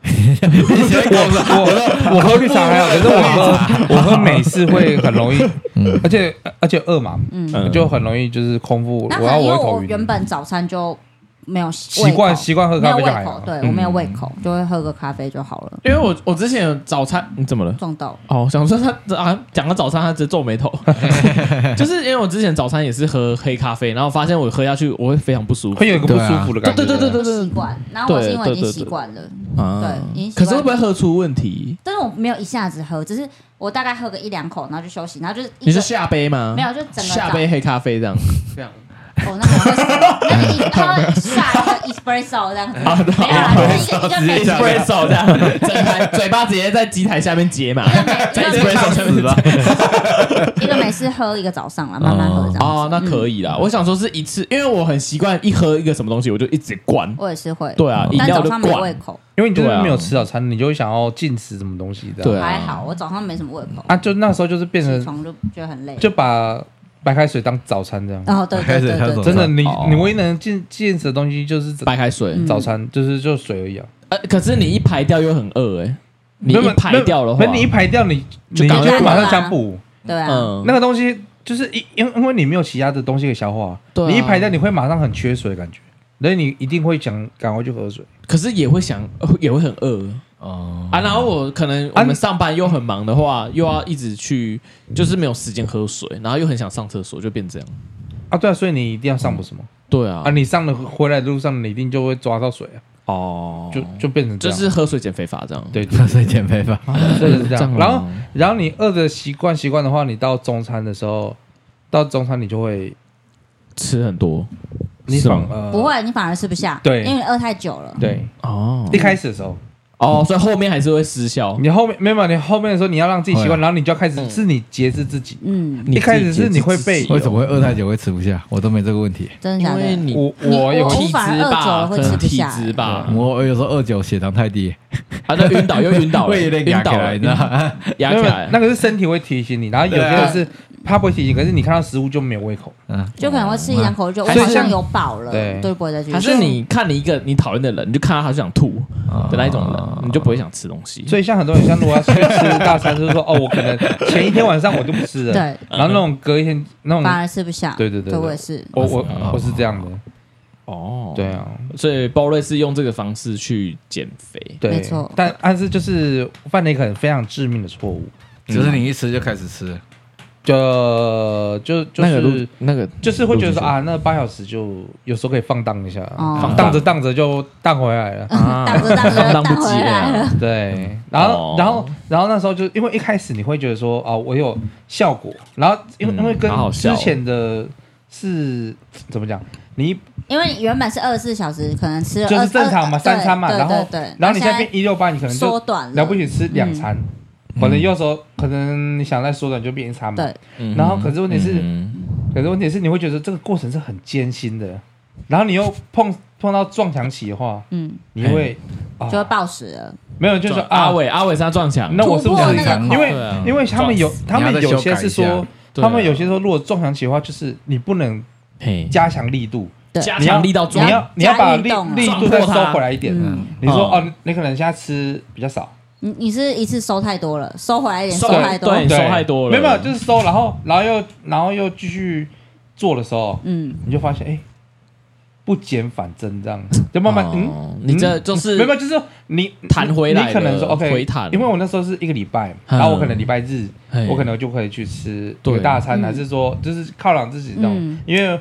我我我喝绿茶还好，可是我喝我喝美式会很容易，而且而且饿嘛，嗯，就很容易就是空腹。我要我会头晕。 原本早餐就没有习惯习惯喝咖啡就还好， 对我没有胃口，就会喝个咖啡就好了。 因为我我之前有早餐，你怎么了？ 撞到哦，想说他啊，讲到早餐他直接皱眉头，就是因为我之前早餐也是喝黑咖啡，然后发现我喝下去我会非常不舒服， 会有一个不舒服的感觉。 对对对对对， 习惯。然后我是因为已经习惯了，对，已经。 可是会不会喝出问题？ 但是我没有一下子喝，只是我大概喝个一两口，然后就休息，然后就是你是下杯吗？ 没有，就整个下杯黑咖啡这样，这样。 哦，那可能会，他会下一个 espresso 这样子，没有啦，就是一个一个 espresso 这样，整台嘴巴直接在机台下面接嘛，在 espresso 下面吧。 一个美式喝一个早上啦，慢慢喝这样。 哦，那可以啦。我想说是一次，因为我很习惯一喝一个什么东西我就一直灌。 我也是会。 对啊， 但早上没胃口， 因为你就是没有吃早餐，你就会想要禁食什么东西的。 对， 还好我早上没什么胃口啊，就那时候就是变成起床就觉得很累， 就把。白开水当早餐这样， 哦对对对对， 真的你你唯一能进进食的东西就是白开水， 早餐就是就水而已啊。 呃，可是你一排掉又很饿哎，你一排掉的话， 你一排掉你你就马上想补， 对啊， 那个东西就是因因因为你没有其他的东西可以消化，你一排掉你会马上很缺水的感觉，所以你一定会想赶快去喝水， 可是也会想也会很饿。哦啊，然后我可能我们上班又很忙的话，又要一直去，就是没有时间喝水，然后又很想上厕所，就变这样啊。对啊，所以你一定要上不是吗？ 对啊， 啊，你上了回来的路上，你一定就会抓到水啊。哦，就就变成这样， 就是喝水减肥法这样。 对， 喝水减肥法， 就是这样。然后，然后你饿的习惯习惯的话，你到中餐的时候，到中餐你就会吃很多。 你反呃不会，你反而吃不下， 对， 因为你饿太久了。 对，哦，一开始的时候。 哦，所以后面还是会失效。 你后面没有，你后面的时候你要让自己习惯，然后你就要开始是你节制自己。嗯，一开始是你会被为什么会饿太久会吃不下？我都没这个问题。 真的假的？ 我我有体质吧，可能体质吧。 我有时候饿久血糖太低， 啊，那晕倒又晕倒了， 会有点压起来，你知道吗？ 压起来。 那个是身体会提醒你，然后有些人是他不会提醒，可是你看到食物就没有胃口， 嗯，就可能会吃一两口就我好像有饱了，对，都不会再继续。 还是你看你一个你讨厌的人，你就看到他就想吐的那一种人。你就不会想吃东西， 所以像很多人，像如果要去吃大餐，就是说哦，我可能前一天晚上我就不吃了， 对， 然后那种隔一天那种反而吃不下， 对对对， 我也是， 我我我是这样的，哦，对啊， 所以包瑞是用这个方式去减肥， 对， 没错， 但但是就是犯了一个很非常致命的错误， 就是你一吃就开始吃。 就就就是那个那个， 就是会觉得说啊，那八小时就有时候可以放荡一下，荡着荡着就荡回来了， 荡着荡着放荡不及了。 对，然后然后然后那时候就因为一开始你会觉得说啊，我有效果，然后因为因为跟之前的是怎么讲，你因为原本是二十四小时，可能吃就是正常嘛，三餐嘛，然后然后你现在变一六八，你可能缩短了不起吃两餐。可能有时候可能你想再缩短就变一餐嘛，对。然后可是问题是，可是问题是你会觉得这个过程是很艰辛的，然后你又碰碰到撞墙期的话，嗯，你会就会暴食了。 没有，就是阿伟阿伟是他撞墙， 那我是不是因为因为他们有他们有些是说，他们有些说如果撞墙期的话，就是你不能加强力度， 加强力道， 你要你要把力力度再收回来一点。你说哦，你可能现在吃比较少。 你你是一次收太多了，收回来一点，收太多， 对，收太多了， 没有没有，就是收，然后然后又然后又继续做的时候，嗯，你就发现哎，不减反增这样，就慢慢嗯， 你这就是没有就是你弹回来， 你可能说 OK 回弹， 因为我那时候是一个礼拜，然后我可能礼拜日我可能就可以去吃一个大餐，还是说就是犒劳自己这种，因为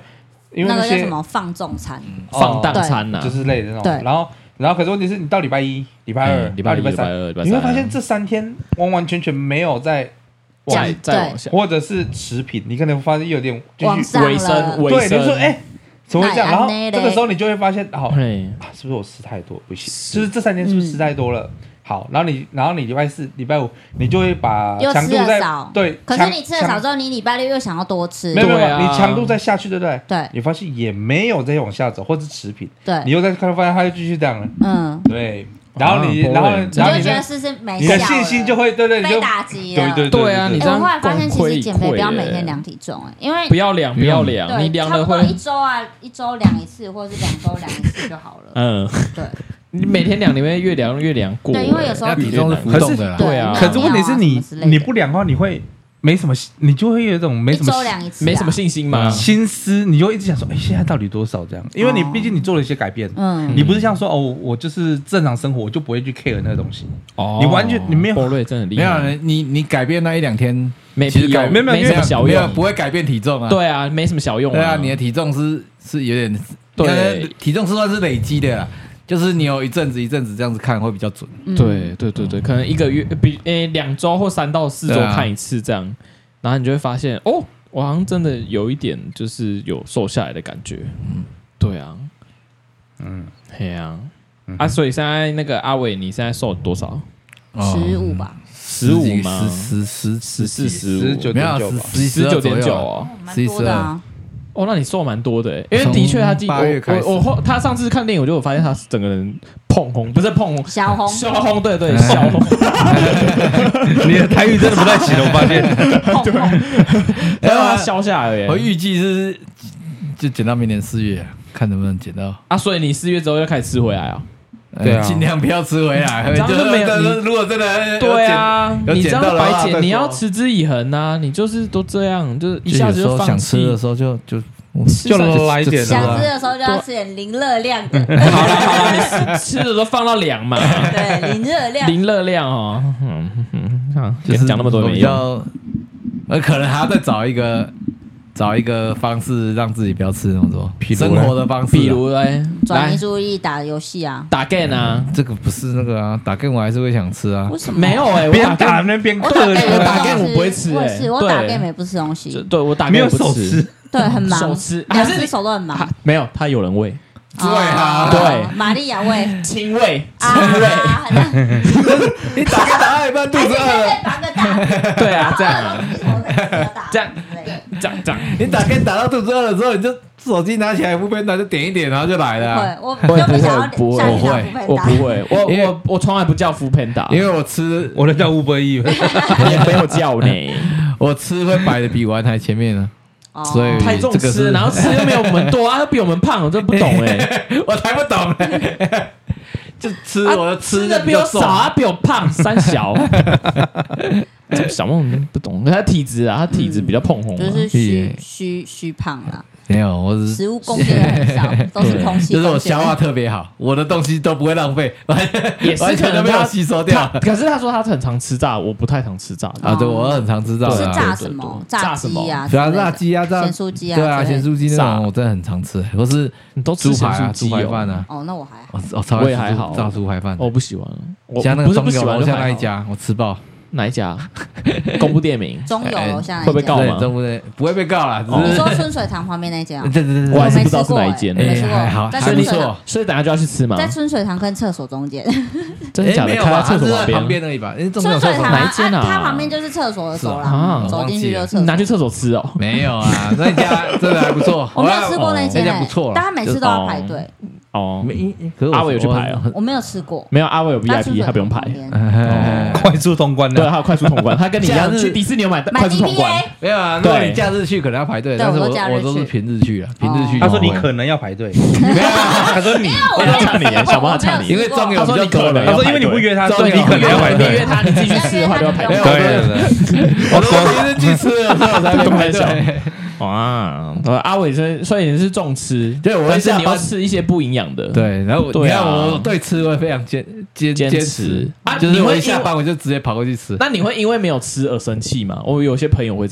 因为那个叫什么放纵餐、 放荡餐呐， 就是类的那种。然后，然后可是问题是你到礼拜一、礼拜二、 礼拜一、 礼拜三，你会发现这三天完完全全没有在再再往下， 或者是持平，你可能发现有点就是尾声，尾声， 对，你说哎。怎么会这样？然后这个时候你就会发现，好、哦啊，是不是我吃太多？不行，就是这三天是不是吃太多了？嗯、好，然后你，然后你礼拜四、礼拜五，你就会把强度再对。 可是你吃的少之后，你礼拜六又想要多吃， 没有没有，啊、你强度再下去，对不对？ 对， 你发现也没有再往下走，或者持平。 对， 你又再看，发现它又继续这样了。嗯，对。然后你， 啊、 然后，然后你就觉得是是没你的信心就会对对被打击了，对对对啊！你这样我后来发现，其实减肥不要每天量体重，哎，因为不要量，不要量，你量了会一周啊，一周量一次，或者是两周量一次就好了。嗯，对。 你每天量，你会越量越量过。 对，因为有时候体重是浮动的啦。 对啊。 可是问题是你你不量的话，你会。没什么，你就会有一种没什么， 没什么信心吗？ 心思，你就一直想说，哎，现在到底多少这样？因为你毕竟你做了一些改变，嗯，你不是像说哦，我就是正常生活，我就不会去 care 那个东西。哦，你完全你没有， 波瑞真的厉害。 没有，你你改变那一两天， 没其实改没有没什么小用， 不会改变体重啊。 对啊，没什么小用。 对啊，你的体重是是有点，对，体重是算是累积的啦。就是你有一阵子一阵子这样子看会比较准。 对对对对，可能一个月比诶两周或三到四周看一次这样。然后你就会发现，哦，我好像真的有一点就是有瘦下来的感觉。嗯，对啊，嗯，嘿啊，嗯、啊，所以现在那个阿伟，你现在瘦多少？ 十五吧， 十五吗？ 十十十十四十五，九点九， 十九点九哦， 蛮多的啊。 哦，那你瘦蛮多的，因为的确他八月开始， 我我他上次看电影，我就发现他整个人碰红，不是碰红， 小红， 小红，对对，小红。 你的台语真的不太行了，我发现。 对，然后他消下来了。 我预计是就减到明年四月，看能不能减到。 啊，所以你四月之后要开始吃回来啊？ 对啊，尽量不要吃回来。 这样就没有。 如果真的对啊，你这样白减，你要持之以恒啊！你就是都这样，就是一下子就放弃。 想吃的时候就就。 就来一点， 想吃的时候就要吃点零热量的。 好了好了，你吃的时候放到凉嘛。 对，零热量， 零热量哦。嗯嗯，就是讲那么多没用。 呃，可能还要再找一个找一个方式让自己不要吃那么多，生活的方式， 比如嘞， 转移注意力，打游戏啊， 打 game 啊， 这个不是那个啊，打 game 我还是会想吃啊。 为什么？ 没有哎， 边打那边我打 game，我打 game 我不会吃哎， 是我打 game 也不吃东西， 对我打 game 不吃。 对，很忙， 手吃， 还是手都很忙。 没有，他有人喂。 对啊， 对， 玛利亚喂， 亲喂，亲喂。 你打个打到一半肚子饿了， 打个打。 对啊，这样，这样，这样，这样。 你打跟打到肚子饿了之后，你就手机拿起来，副片打就点一点，然后就来了。 会，我不会，不会， 我会，我不会，我我我从来不叫副片打， 因为我吃我的叫乌龟，你没有叫呢， 我吃会摆的比玩台前面呢。所以太重吃，然后吃又没有我们多啊，又比我们胖，我真不懂哎， 我才不懂哎，就吃我的吃的比我少啊，比我胖三小，小梦不懂，他体质啊，他体质比较碰红， 就是虚虚虚胖啊。 没有，我是食物贡献很少，都是空气。 就是我消化特别好，我的东西都不会浪费， 也是可能没有吸收掉。 可是他说他很常吃炸，我不太常吃炸啊。对，我很常吃炸。 是炸什么？炸鸡啊？ 对啊，炸鸡啊，炸咸酥鸡啊。 对啊，咸酥鸡那种我真的很常吃。或是你都吃猪排啊，猪排饭啊。 哦，那我还好。 我超我也还好， 炸猪排饭。 我不喜欢。 我家那个中友楼下那一家，我吃爆。 哪一家？公布店名。 中友楼下会被告吗？ 中不对，不会被告啦。 你说春水堂旁边那家？ 对对对， 我还是不知道是哪一间。 没吃过， 好， 在春水堂， 所以等下就要去吃嘛。 在春水堂跟厕所中间。 真的假的？开在厕所旁边而已吧。 春水堂哪一间啊？ 它旁边就是厕所的走廊，走进去就厕所。 拿去厕所吃哦？ 没有啊，那家真的还不错。 我没有吃过那间， 那家不错， 但他每次都要排队。 哦， 阿伟有去排啊？ 我没有吃过， 没有阿伟有 V I P， 他不用排， 快速通关的。 对，他有快速通关，他跟你一样去迪士尼有买快速通关。 没有啊，如果你假日去可能要排队，但是我我都是平日去啊，平日去。 他说你可能要排队，没有，他说你， 他呛你，小猫他呛你， 因为中友他说你可能， 他说因为你不约他，所以你可能要排队， 你约他，你自己去吃的话就要排队。 我平日去吃的时候才不排队。 哇，阿伟是，所以你是重吃， 对， 但是你要吃一些不营养的， 对，然后你看我对吃会非常坚坚坚持，就是我一下班我就直接跑过去吃。 那你会因为没有吃而生气吗？我有些朋友会这样，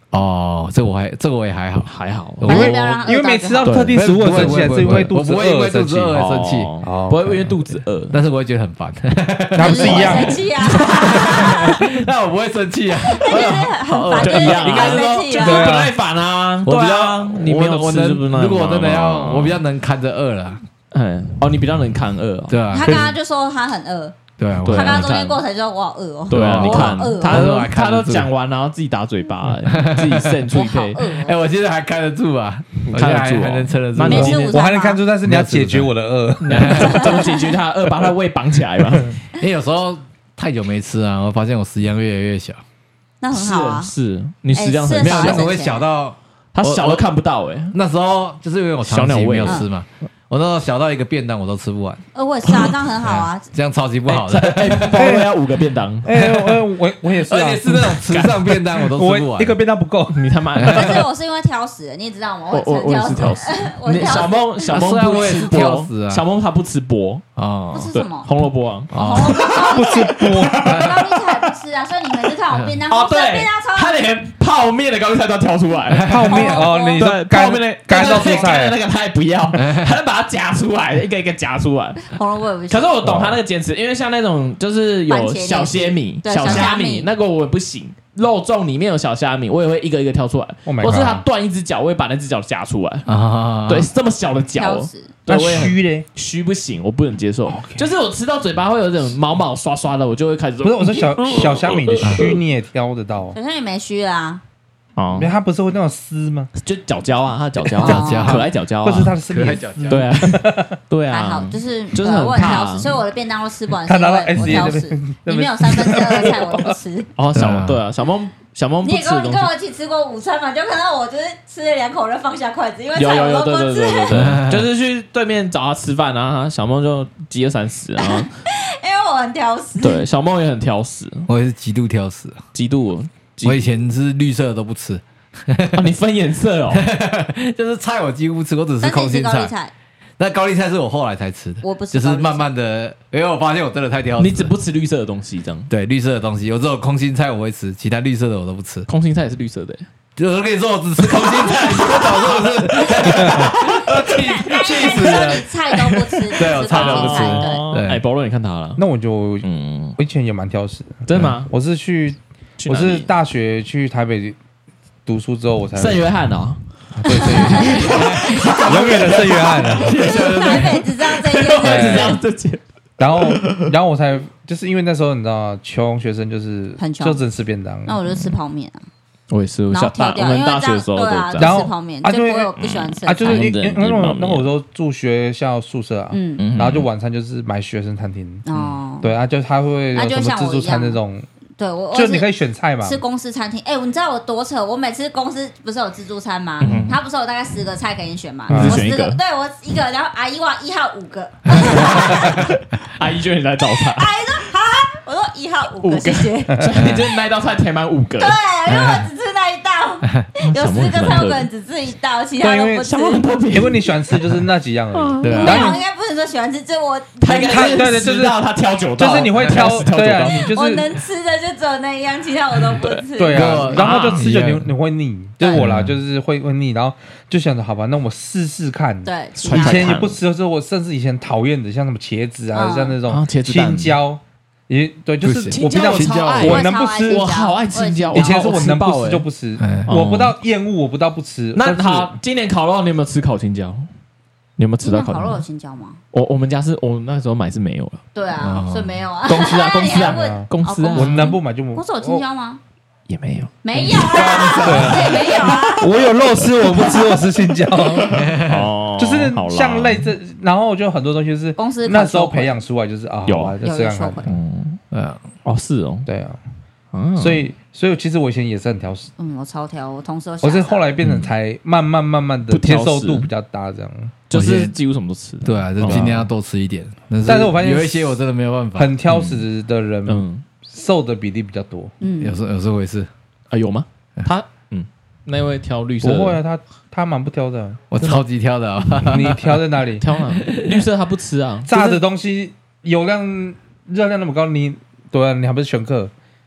哦，这个我还这个我也还好， 还好， 我会因为没吃到特定食物而生气，是因为肚子饿而生气， 生气， 不会因为肚子饿， 但是我会觉得很烦， 那不是一样？ 生气啊！ 那我不会生气啊， 很烦， 就一样， 应该是说就是不耐烦啊。 我比较， 你没有吃， 如果我真的要，我比较能看着饿了。 嗯，哦，你比较能看饿， 对啊。 他刚刚就说他很饿。 对啊， 他刚刚中间过程就说我好饿哦。 对啊，你看他都他都讲完，然后自己打嘴巴，自己渗出配。 哎，我现在还看得住啊， 看得住， 还能撑得住。 我还能看住，但是你要解决我的饿， 怎么解决他饿？把他胃绑起来吧。 因为有时候太久没吃啊，我发现我食量越来越小。 那很好啊， 是你食量很没有，那时候会小到他小都看不到哎。 那时候就是因为我长期没有吃嘛。我那时候小到一个便当我都吃不完， 呃，我也是啊，这样很好啊， 这样超级不好的。 哎，包括要五个便当， 哎，我我我也是， 而且是那种池上便当我都吃不完， 一个便当不够， 你他妈！ 可是我是因为挑食，你也知道吗？ 我我我也是挑食，小梦小梦不吃挑食啊， 小梦他不吃菠啊， 不吃什么红萝卜啊， 不吃菠， 高丽菜不吃啊，所以你每次看我便当， 哦对， 便当超， 他连泡面的高丽菜都要挑出来， 泡面哦，你说泡面的干到蔬菜那个他也不要，他就把它夹出来。一个一个夹出来， 红萝卜也不行。 可是我懂他那个坚持，因为像那种就是有小虾米、小虾米那个我也不行，肉粽里面有小虾米，我也会一个一个挑出来。或是他断一只脚，我也把那只脚夹出来。啊，对，这么小的脚， 那虚嘞， 虚不行，我不能接受。就是我吃到嘴巴会有点毛毛刷刷的，我就会开始。 不是，我说小小虾米的虚你也挑得到， 小虾米没虚啊。 哦，它不是会那种丝吗？ 就角胶啊，它的角胶， 角胶， 可爱角胶， 或是它的可爱角胶， 对啊，对啊， 还好，就是就是很挑食，所以我的便当都吃不完。 他拿到 S 我挑食，里面有三分之二的菜我都不吃。 哦，小对啊，小梦小梦不吃东西。 你也跟我一起吃过午餐嘛？就看到我就是吃了两口就放下筷子，因为有有有对对对对对， 就是去对面找他吃饭，然后小梦就饥饿三十，然后因为我很挑食。 对，小梦也很挑食， 我也是极度挑食， 极度。 我以前是绿色的都不吃。 哦、你分颜色哦， 就是菜我几乎不吃，我只吃空心菜。那高丽菜是我后来才吃的， 我不吃， 就是慢慢的，因为我发现我真的太挑食。 你只不吃绿色的东西，这样对绿色的东西，我只有空心菜我会吃，其他绿色的我都不吃。 空心菜也是绿色的， 就我跟你说，我只吃空心菜，你我早是不是？气气死人！ 菜都不吃， 对，我菜都不吃。 对，哎，保罗，你看他了， 那我就嗯，我以前也蛮挑食的， 真的吗？ 我是去，我是大学去台北读书之后，我才圣约翰哦， 对，圣约翰，永远的圣约翰了。 台北只知道这件， 只知道这件。 然后，然后我才就是因为那时候你知道，穷学生就是很穷， 就只能吃便当。 那我就吃泡面啊。 我也是， 然后挑掉， 我们大学的时候都这样。 然后吃泡面，啊，就我不喜欢吃啊，就是因为那种那我说住学校宿舍啊， 嗯， 然后就晚餐就是买学生餐厅哦， 对啊，就他会有什么自助餐那种。 对，我就你可以选菜嘛， 吃公司餐厅。哎，你知道我多扯？我每次公司不是有自助餐吗？他不是有大概十个菜给你选吗？ 我十个， 对我一个，然后阿姨哇一号五个， 阿姨就你来找菜。 阿姨说好，我说一号五个，谢谢。 你就那一道菜填满五个。 对，因为我只吃那一道，有十个菜我可能只吃一道，其他都不吃。 因为你喜欢吃就是那几样而已。 对，然后应该不能说喜欢吃，就我他应该是知道他挑九道， 就是你会挑，对啊，你就是我能吃的就只有那一样，其他我都不吃。 对啊，然后就吃就你你会腻，就是我啦，就是会会腻，然后就想着好吧，那我试试看。 对， 以前也不吃，就是我甚至以前讨厌的，像什么茄子啊，像那种青椒。也对，就是我平常我能不吃， 我好爱青椒。 以前是我能不吃就不吃，我不到厌恶，我不到不吃。 那好，今年烤肉你有没有吃烤青椒？你有没有吃到烤肉有青椒吗？ 我我们家是我那时候买是没有了。 对啊，所以没有啊。 公司啊，公司啊，公司啊， 我能不买就不。 公司有青椒吗？ 也没有， 没有啊，也没有啊。 我有肉吃，我不吃，我吃青椒。哦，就是像类这，然后就很多东西是公司那时候培养出来，就是啊， 有啊，就这样看。 嗯，对啊，哦是哦， 对啊，所以所以其实我以前也是很挑食。 嗯，我超挑，我同事我是后来变成才慢慢慢慢的接受度比较大，这样就是几乎什么都吃。 对啊，就尽量要多吃一点。 但是我发现有一些我真的没有办法， 很挑食的人，嗯。瘦的比例比较多， 嗯，有时候有时候会是啊，有吗？他嗯，那位挑绿色， 不会啊，他他蛮不挑的， 我超级挑的啊， 你挑在哪里？ 挑哪？绿色他不吃啊， 炸的东西油量热量那么高，你对啊，你还不是全克？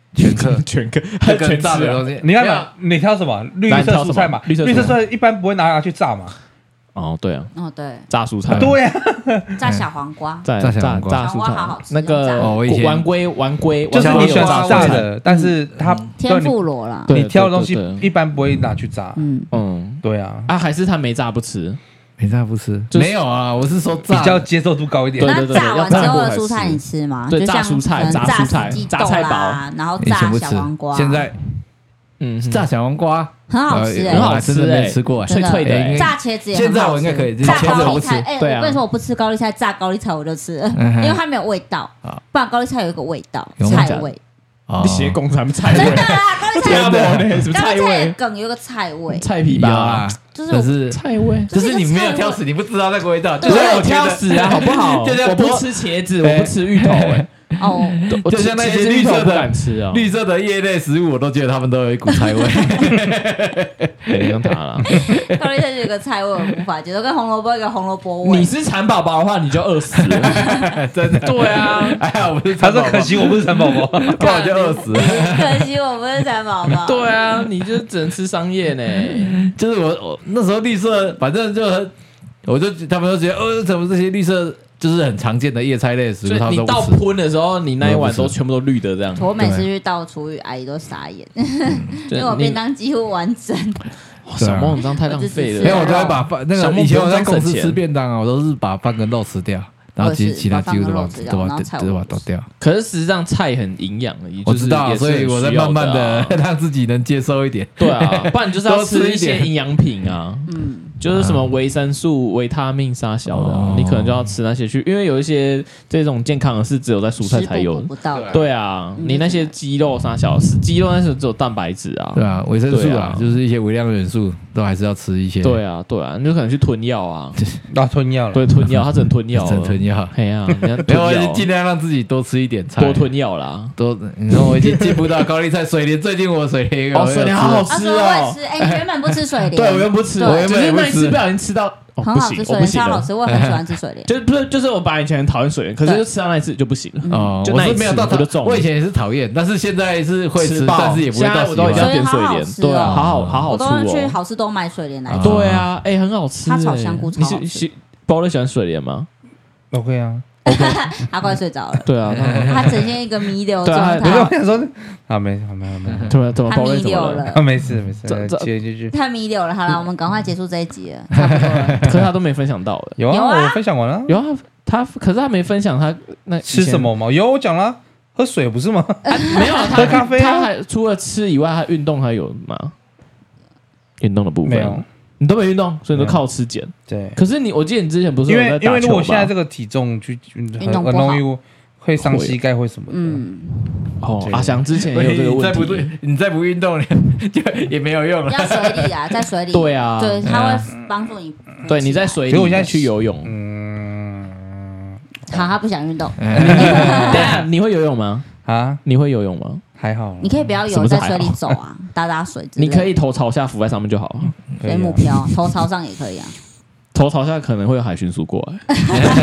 全克， 全克， 全炸的东西。 你看嘛，你挑什么？绿色蔬菜嘛，绿色蔬菜一般不会拿拿去炸嘛。 哦，对啊， 哦对， 炸蔬菜， 对呀， 炸小黄瓜， 炸炸小黄瓜， 炸蔬菜， 好好吃。 那个丸龟，丸龟就是你喜欢炸的，但是它天妇罗啦， 你挑的东西一般不会拿去炸。 嗯嗯， 对啊， 啊，还是他没炸不吃。 没炸不吃，没有啊，我是说比较接受度高一点。 那炸完之后的蔬菜你吃吗？ 对，炸蔬菜、炸蔬菜、 炸菜包， 然后炸小黄瓜。 现在，嗯，炸小黄瓜很好吃， 很好吃， 没吃过， 脆脆的。 炸茄子也现在我应该可以， 炸高丽菜。 哎，我跟你说，我不吃高丽菜，炸高丽菜我就吃，因为它没有味道。不然高丽菜有一个味道，菜味。 你写工咱们菜味， 真的啊，高丽菜的什么菜味？ 梗有个菜味， 菜皮吧， 就是菜味， 就是你没有挑食，你不知道那个味道。 我有挑食啊，好不好？我不吃茄子，我不吃芋头，哎， 哦， 就像那些绿色的吃啊， 绿色的叶类食物，我都觉得他们都有一股菜味。 别用它了， 高丽菜有个菜味，我无法接受，跟红萝卜一个红萝卜味。 你是蚕宝宝的话，你就饿死了， 真的。 对啊， 哎呀，我是他说可惜我不是蚕宝宝， 不然就饿死了。 可惜我不是蚕宝宝。 对啊，你就只能吃桑叶呢。 就是我我那时候绿色，反正就很，我就他们都觉得，呃，怎么这些绿色就是很常见的叶菜类的食物，他们都不吃。 你倒喷的时候，你那一碗都全部都绿的这样。 我每次去倒厨余，阿姨都傻眼，因为我便当几乎完整。 小梦，你这样太浪费了。 没有，我都会把饭那个以前我在公司吃便当啊，我都是把饭跟肉吃掉。然后其其他几乎都把都把都把倒掉。 可是实际上菜很营养的， 我知道，所以我在慢慢的让自己能接受一点。 对啊，不然你就是要吃一些营养品啊，嗯，就是什么维生素、维他命啥小的，你可能就要吃那些去，因为有一些这种健康的是只有在蔬菜才有。对啊，你那些鸡肉啥小是鸡肉那是只有蛋白质啊。 对啊，维生素啊，就是一些微量元素都还是要吃一些。 对啊，对啊，你就可能去吞药啊， 啊吞药了， 对，吞药，他只能吞药， 只能吞药。 哎呀， 没有，我就尽量让自己多吃一点菜， 多吞药啦。 多，你说我已经进步到高丽菜、水莲，最近我水莲哦，水莲好好吃哦。 哎，你原本不吃水莲， 对我原本不吃，我原本那一次不小心吃到， 很好吃，水莲超好吃，我很喜欢吃水莲。 就不是，就是我本来以前很讨厌水莲，可是就吃到那一次就不行了。 哦， 就那一次没有到我就中。 我以前也是讨厌，但是现在是会吃，但是也不会到喜欢。 我都一定要点水莲，对啊，好好好好吃哦。 我都去好市多买水莲来吃。 对啊，哎，很好吃。 它炒香菇超好吃。 你喜包乐喜欢水莲吗 ？OK 啊。 他快睡着了。 对啊， 他呈现一个弥留状态。 我想说，啊没没没没， 怎么怎么他弥留了？ 啊没事没事，接继续。 他弥留了，好了，我们赶快结束这一集了，差不多了。 可是他都没分享到的。 有啊，我分享完了。 有啊，他可是他没分享他那吃什么吗？有我讲了，喝水不是吗？ 没有， 喝咖啡。 他还除了吃以外，他运动还有吗？运动的部分没有。 你都没运动，所以你都靠吃减。 对， 可是你，我记得你之前不是因为因为如果现在这个体重去运动很容易会伤膝盖，会什么的。嗯， 哦，阿翔之前也有这个问题。 你再不运动，就也没有用了。 要水里啊，在水里。 对啊， 对，它会帮助你。 对，你在水里，我现在去游泳。 嗯， 好，他不想运动。 等下，你会游泳吗？ 啊， 你会游泳吗？ 还好， 你可以不要游，在水里走啊，打打水。 你可以头朝下浮在上面就好了。 水母漂，头朝上也可以啊。 头朝下可能会有海巡署过来，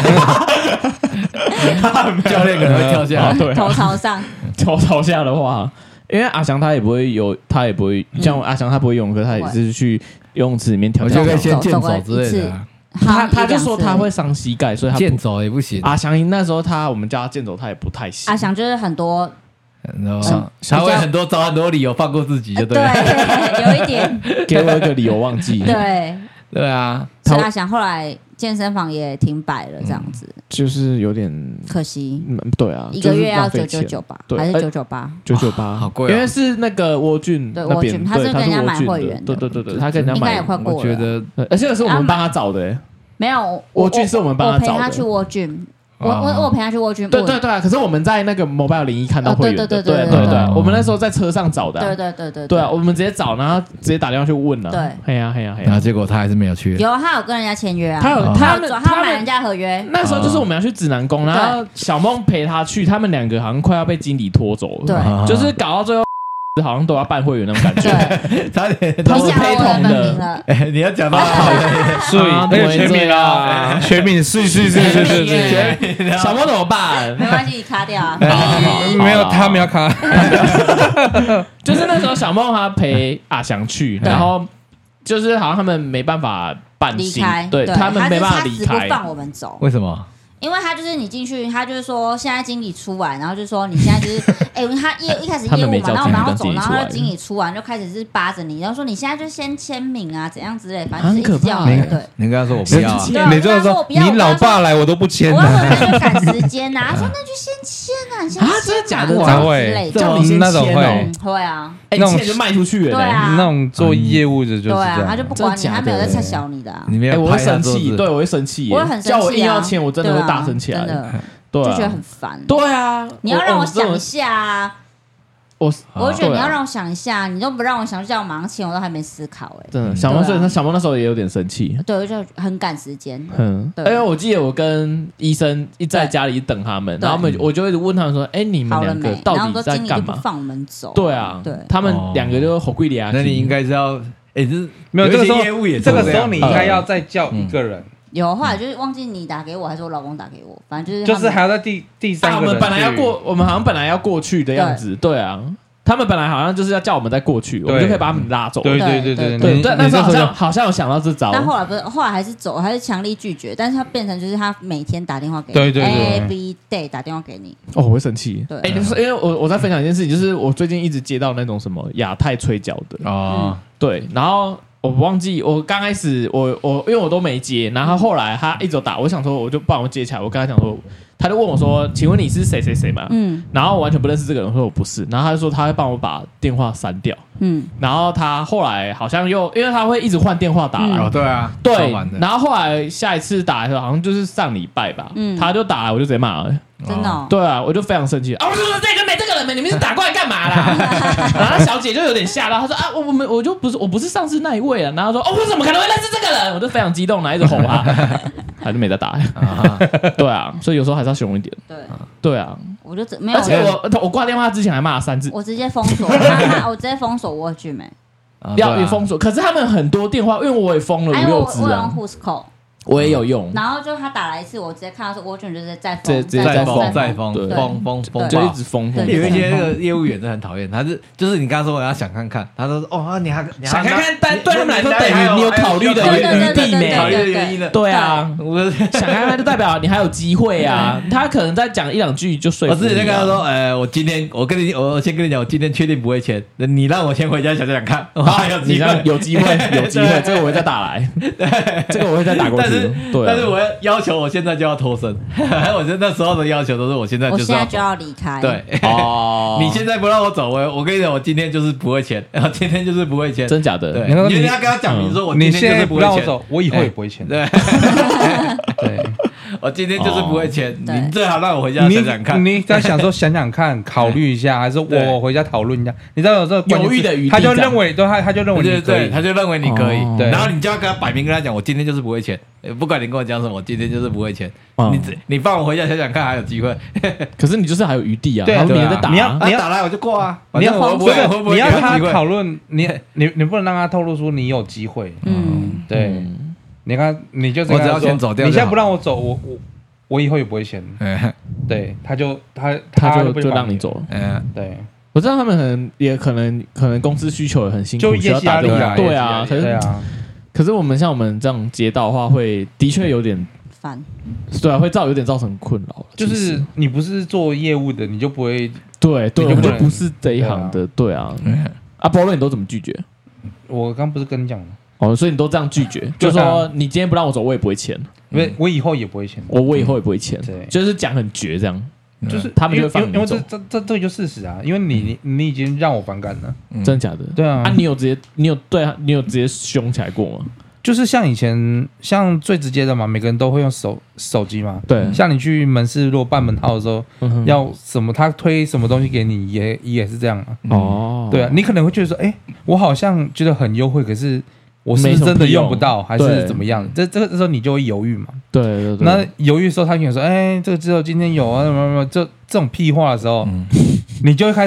教练可能会跳下来。 对， 头朝上， 头朝下的话，因为阿翔他也不会游，他也不会像阿翔他不会游泳，可是他也是去游泳池里面跳跳。 我就可以先健走之类的。 他他就说他会伤膝盖，所以他健走也不行。 阿翔那时候他我们叫他健走，他也不太行。 阿翔就是很多。 然后他会很多找很多理由放过自己，就对了。 对，有一点。 给我一个理由忘记。 对对啊， 所以阿翔后来健身房也停摆了，这样子就是有点可惜。 对啊， 一个月要九九九吧，还是九九八？ 九九八， 好贵。 因为是那个沃俊那边， 他是跟人家买会员的。对对对对，他跟人家买， 应该也快过了。 我觉得， 而且是我们帮他找的。 没有， 沃俊是我们帮他找的。 我陪他去沃俊。我我我陪他去沃郡， 对对对啊！可是我们在那个 Mobile 零一看到会员的，对对对对对，我们那时候在车上找的， 对对对对对啊，我们直接找，然后直接打电话去问了， 对， 嘿呀嘿呀嘿呀， 然后结果他还是没有去， 有他有跟人家签约啊， 他有他他他买人家合约， 那时候就是我们要去指南宫，然后小梦陪他去，他们两个好像快要被经理拖走了， 对， 就是搞到最后。 好像都要办会员那种感觉， 对， 差点他是陪同的。 哎，你要讲到好了， 所以那个全民啊，全民是是是是是是， 小莫怎么办？ 没关系，卡掉啊。 没有他没有卡， 就是那时候小梦他陪阿翔去，然后就是好像他们没办法办离开， 对他们没办法离开， 不放我们走。 为什么？ 因为他就是你进去，他就是说现在经理出来，然后就说你现在就是，哎、欸，他业一开始业务嘛，然后我们要走，然后他经理出完就开始是扒着你，然后说你现在就先签名啊，怎样之类，反正是一直叫你。对， 你跟他说我不要、啊， 对，你就说你老爸来我都不签、啊， 我要回来就赶时间呐、啊，他说那就先签啊，你先签、啊， 真的假的？ 这样之类的， 叫你先签哦、 嗯，会啊， 哎、欸，那种就卖出去了， 对啊， 那种做业务的就是这样， 对啊，他就不管你，他没有在拆小你的、啊， 你没有、 欸，我会生气，对我会生气， 我会很生气、 叫啊， 我硬要签，我真的会大声起来， 真的。 对啊、 就觉得很烦。 对啊， 你要让我想一下啊！ 我我就觉得你要让我想一下，你都不让我想，就叫我马上签，我都还没思考哎、欸。 真的，小梦那、啊、小梦那时候也有点生气， 对，我就很赶时间。 嗯，因为我记得我跟医生一在家里等他们，然后我们我就一直问他们说：“哎、欸，你们两个到底在干嘛？” 放我们走。 对啊，对，他们两个就火贵里啊。 那你应该是要，哎、欸，这没有这个时候， 业务也这个时候你应该要再叫一个人。嗯有，后来就是忘记你打给我还是我老公打给我，反正就是就是还要在第第三个人、 啊。我们本来要过，我们好像本来要过去的样子，对, 对啊。他们本来好像就是要叫我们再过去，我们就可以把他们拉走。 对对对对对对，但是好像好像有想到这招， 但后来不是，后来还是走，还是强力拒绝。但是他变成就是他每天打电话给你， 对对对 ，every day 打电话给你。 哦，我会生气。 对， 哎，就是因为我我在分享一件事情，就是我最近一直接到那种什么亚太催缴的哦、 嗯，对，然后。我忘记，我刚开始我我因为我都没接，然后后来他一直打，我想说我就帮我接起来，我跟他讲说，他就问我说，请问你是谁谁谁嘛？嗯，然后我完全不认识这个人，我说我不是，然后他就说他会帮我把电话删掉，嗯，然后他后来好像又因为他会一直换电话打来， 哦对啊， 对，然后后来下一次打来的时候好像就是上礼拜吧，嗯，他就打来我就直接骂了。 真的、哦， 对啊，我就非常生气啊！我就说这个没这个人没，你们是打过来干嘛啦？然后小姐就有点吓到，她说啊，我我们我就不是我不是上次那一位啊。然后说哦，我怎么可能会认识这个人？我就非常激动，然后一直吼他，还是没在打。对啊，所以有时候还是要凶一点。 对， 对啊， 我就没有， 而且我我挂电话之前还骂了三次， 我直接封锁，我直接封锁我去没， 要封锁。可是他们很多电话，因为我也封了五六支啊。我也有用， 然后就他打来一次，我直接看到说我卷就是在封， 直接再封， 再封，封封封， 就一直封封。 有一些那个业务员真的很讨厌，他是就是你刚刚说我要想看看，他说哦，你还想看看，但对他们来说等于你有考虑的余地没？ 考虑的原因呢？ 对啊，我想看看就代表你还有机会啊。他可能再讲一两句就说服你。 我之前跟他说，呃，我今天我跟你我先跟你讲，我今天确定不会签，你让我先回家想想看， 好，你让有机会，有机会，这个我会再打来，这个我会再打过去。对， 但是我。要求我现在就要脱身，我觉得那时候的要求都是我现在就是我现在就要离开。 对哦，你现在不让我走，我我跟你讲，我今天就是不会签，我今天就是不会签， 真假的？ 对，你一定要跟他讲，你说我今天就是不会签， 我以后也不会签。 对，对，我今天就是不会签，你最好让我回家想想看。 你在想说想想看，考虑一下，还是我回家讨论一下？你知道有这个犹豫的余地， 他就认为，对，他他就认为你可以， 他就认为你可以，对，然后你就要跟他摆明跟他讲，我今天就是不会签。不管你跟我讲什么，我今天就是不会签。嗯、你你放我回家想想看，还有机会。 可是你就是还有余地啊！ 对啊， 明天再打、啊， 你要你要打来我就过啊！ 你要会不会会不会你要他讨论，你你你不能让他透露出你有机会。嗯，对。嗯、你看，你就我只要先走掉， 你现在不让我走，我我我以后也不会签。嗯、对，他就他他就就让你走。 嗯，对。 我知道他们可能也可能可能公司需求也很辛苦， 就业绩压力啊， 对啊，可是对啊。 可是我们像我们这样接到的话，会的确有点烦， 对啊，会造有点造成困扰。 就是你不是做业务的，你就不会对对，我们就不是这一行的，对啊。啊，波瑞你都怎么拒绝？ 我刚不是跟你讲了哦，所以你都这样拒绝，就说你今天不让我走，我也不会签， 因为我以后也不会签， 我我以后也不会签，对，就是讲很绝这样。 就是他们就会放你走， 因为这这这这就事实啊！因为你你你已经让我反感了， 真假的？ 对啊， 啊，你有直接你有对啊，你有直接凶起来过吗？ 就是像以前，像最直接的嘛，每个人都会用手手机嘛。 对， 像你去门市如果办门号的时候，嗯、要什么他推什么东西给你，也也是这样啊。哦，对啊，你可能会觉得说，哎、欸，我好像觉得很优惠，可是我是不是真的用不到，还是怎么样？这这个时候你就会犹豫嘛。 对对对。 那犹豫的时候，他跟你说，哎、欸，这个只有今天有啊，什么什么，这这种屁话的时候，嗯、你就会开始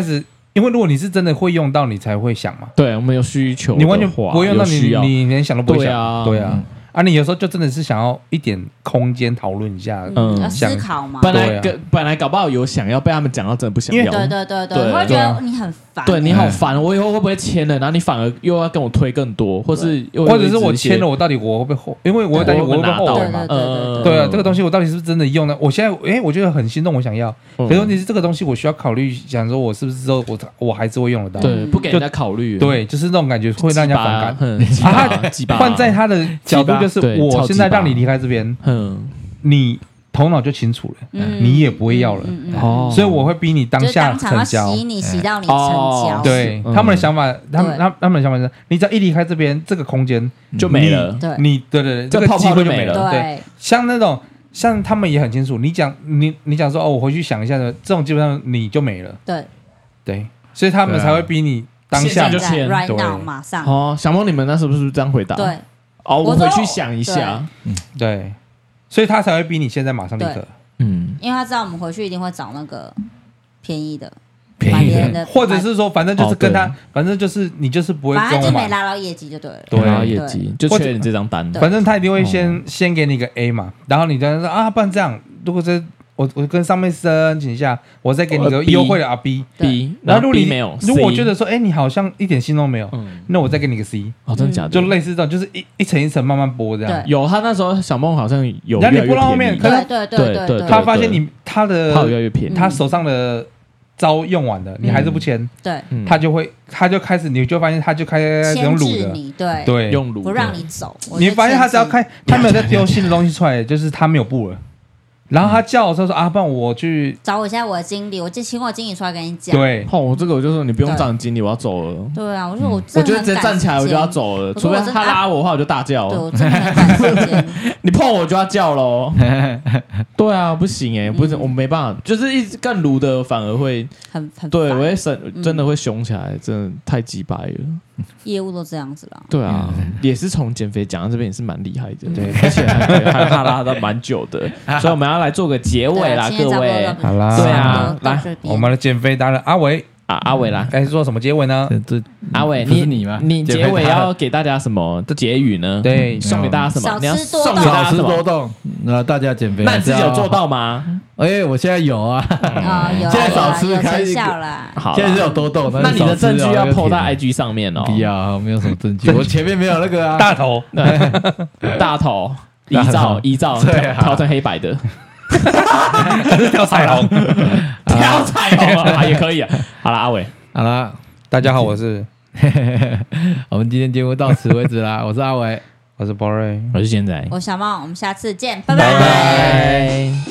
因为如果你是真的会用到，你才会想嘛。 对，我们有需求， 你完全不会用到你，你连想都不会想。对啊。啊，你有时候就真的是想要一点空间讨论一下， 嗯，思考嘛。 本来跟本来搞不好有想要，被他们讲到真的不想要。 对对对对，我会觉得你很烦。 对你好烦，我以后会不会签了，然后你反而又要跟我推更多，或是或者是我签了，我到底我会不会后？因为我会担心我会不会后悔嘛。 对对啊，这个东西我到底是不是真的用呢？我现在哎，我觉得很心动，我想要。可是问题是这个东西我需要考虑，想说我是不是之后我我还是会用得到？ 对，不给人家考虑。 对，就是那种感觉会让人家反感。啊，换在他的角度就是我现在让你离开这边，你头脑就清楚了，你也不会要了。所以我会逼你当下成交， 洗你洗到你成交。 对，他们的想法，他们他他们的想法是，你只要一离开这边这个空间就没了。 你对对对，这个机会就没了。对，像那种像他们也很清楚，你讲你你讲说哦，我回去想一下的，这种基本上你就没了。 对对，所以他们才会逼你当下就签， 对，马上。 哦，小梦，你们那是不是这样回答？ 对。 哦，我回去想一下。 嗯，对，所以他才会逼你现在马上立刻。 嗯，因为他知道我们回去一定会找那个便宜的、 便宜的，或者是说，反正就是跟他，反正就是你就是不会， 反正就没拉到业绩就对了， 对，拉到业绩就缺你这张单。 反正他一定会先先给你个 A 嘛，然后你再说啊，不然这样，如果这。我我跟上面申请一下，我再给你个优惠的 B B， 然后如果你没有， 如果我觉得说，哎，你好像一点心都没有，那我再给你个 C。 哦，真的假的？ 就类似这种，就是一一层一层慢慢剥这样。 有他那时候小梦好像有， 然后你剥到后面， 对对对对， 他发现你他的他越来越便宜， 他手上的招用完了，你还是不签， 对， 他就会他就开始，你就发现他就开始用撸的， 对对， 用撸不让你走。 你发现他只要开，他没有在丢新的东西出来，就是他没有布了。然后他叫我说说啊，不然我去找我一下我的经理，我就请我经理出来跟你讲。 对， 哦，这个我就说你不用找你经理，我要走了。 对啊，我说我我觉得直接站起来我就要走了，除非他拉我的话我就大叫。 对，我真的很赶时间。 你碰我就要叫喽。对啊，不行哎，不是我没办法，就是一直更撸的反而会很很对，我会生真的会凶起来，真的太鸡掰了。 业务都这样子啦。 对啊，也是从减肥讲到这边也是蛮厉害的，对，而且还还拉到蛮久的，所以我们要来做个结尾啦，各位。 好啦， 对啊，来， 我们的减肥达人阿伟啊，阿伟啦， 该做什么结尾呢？ 阿伟，你你吗？你结尾要给大家什么的结语呢？ 对， 送给大家什么？你要送给大家什么？少吃多动，那大家减肥。 那你自己有做到吗？ 哎，我现在有啊， 有， 现在少吃开始了。 好， 现在是有多动， 那你的证据要 po 在 I G 上面哦。 不要，没有什么证据，我前面没有那个啊， 大头， 大头，依照依照调成黑白的。 还是跳彩虹， 跳彩虹啊也可以啊。好了，阿伟， 好了， 大家好，我是， 我们今天节目到此为止啦。我是阿伟， 我是博瑞， 我是现在， 我是小梦，我们下次见，拜拜。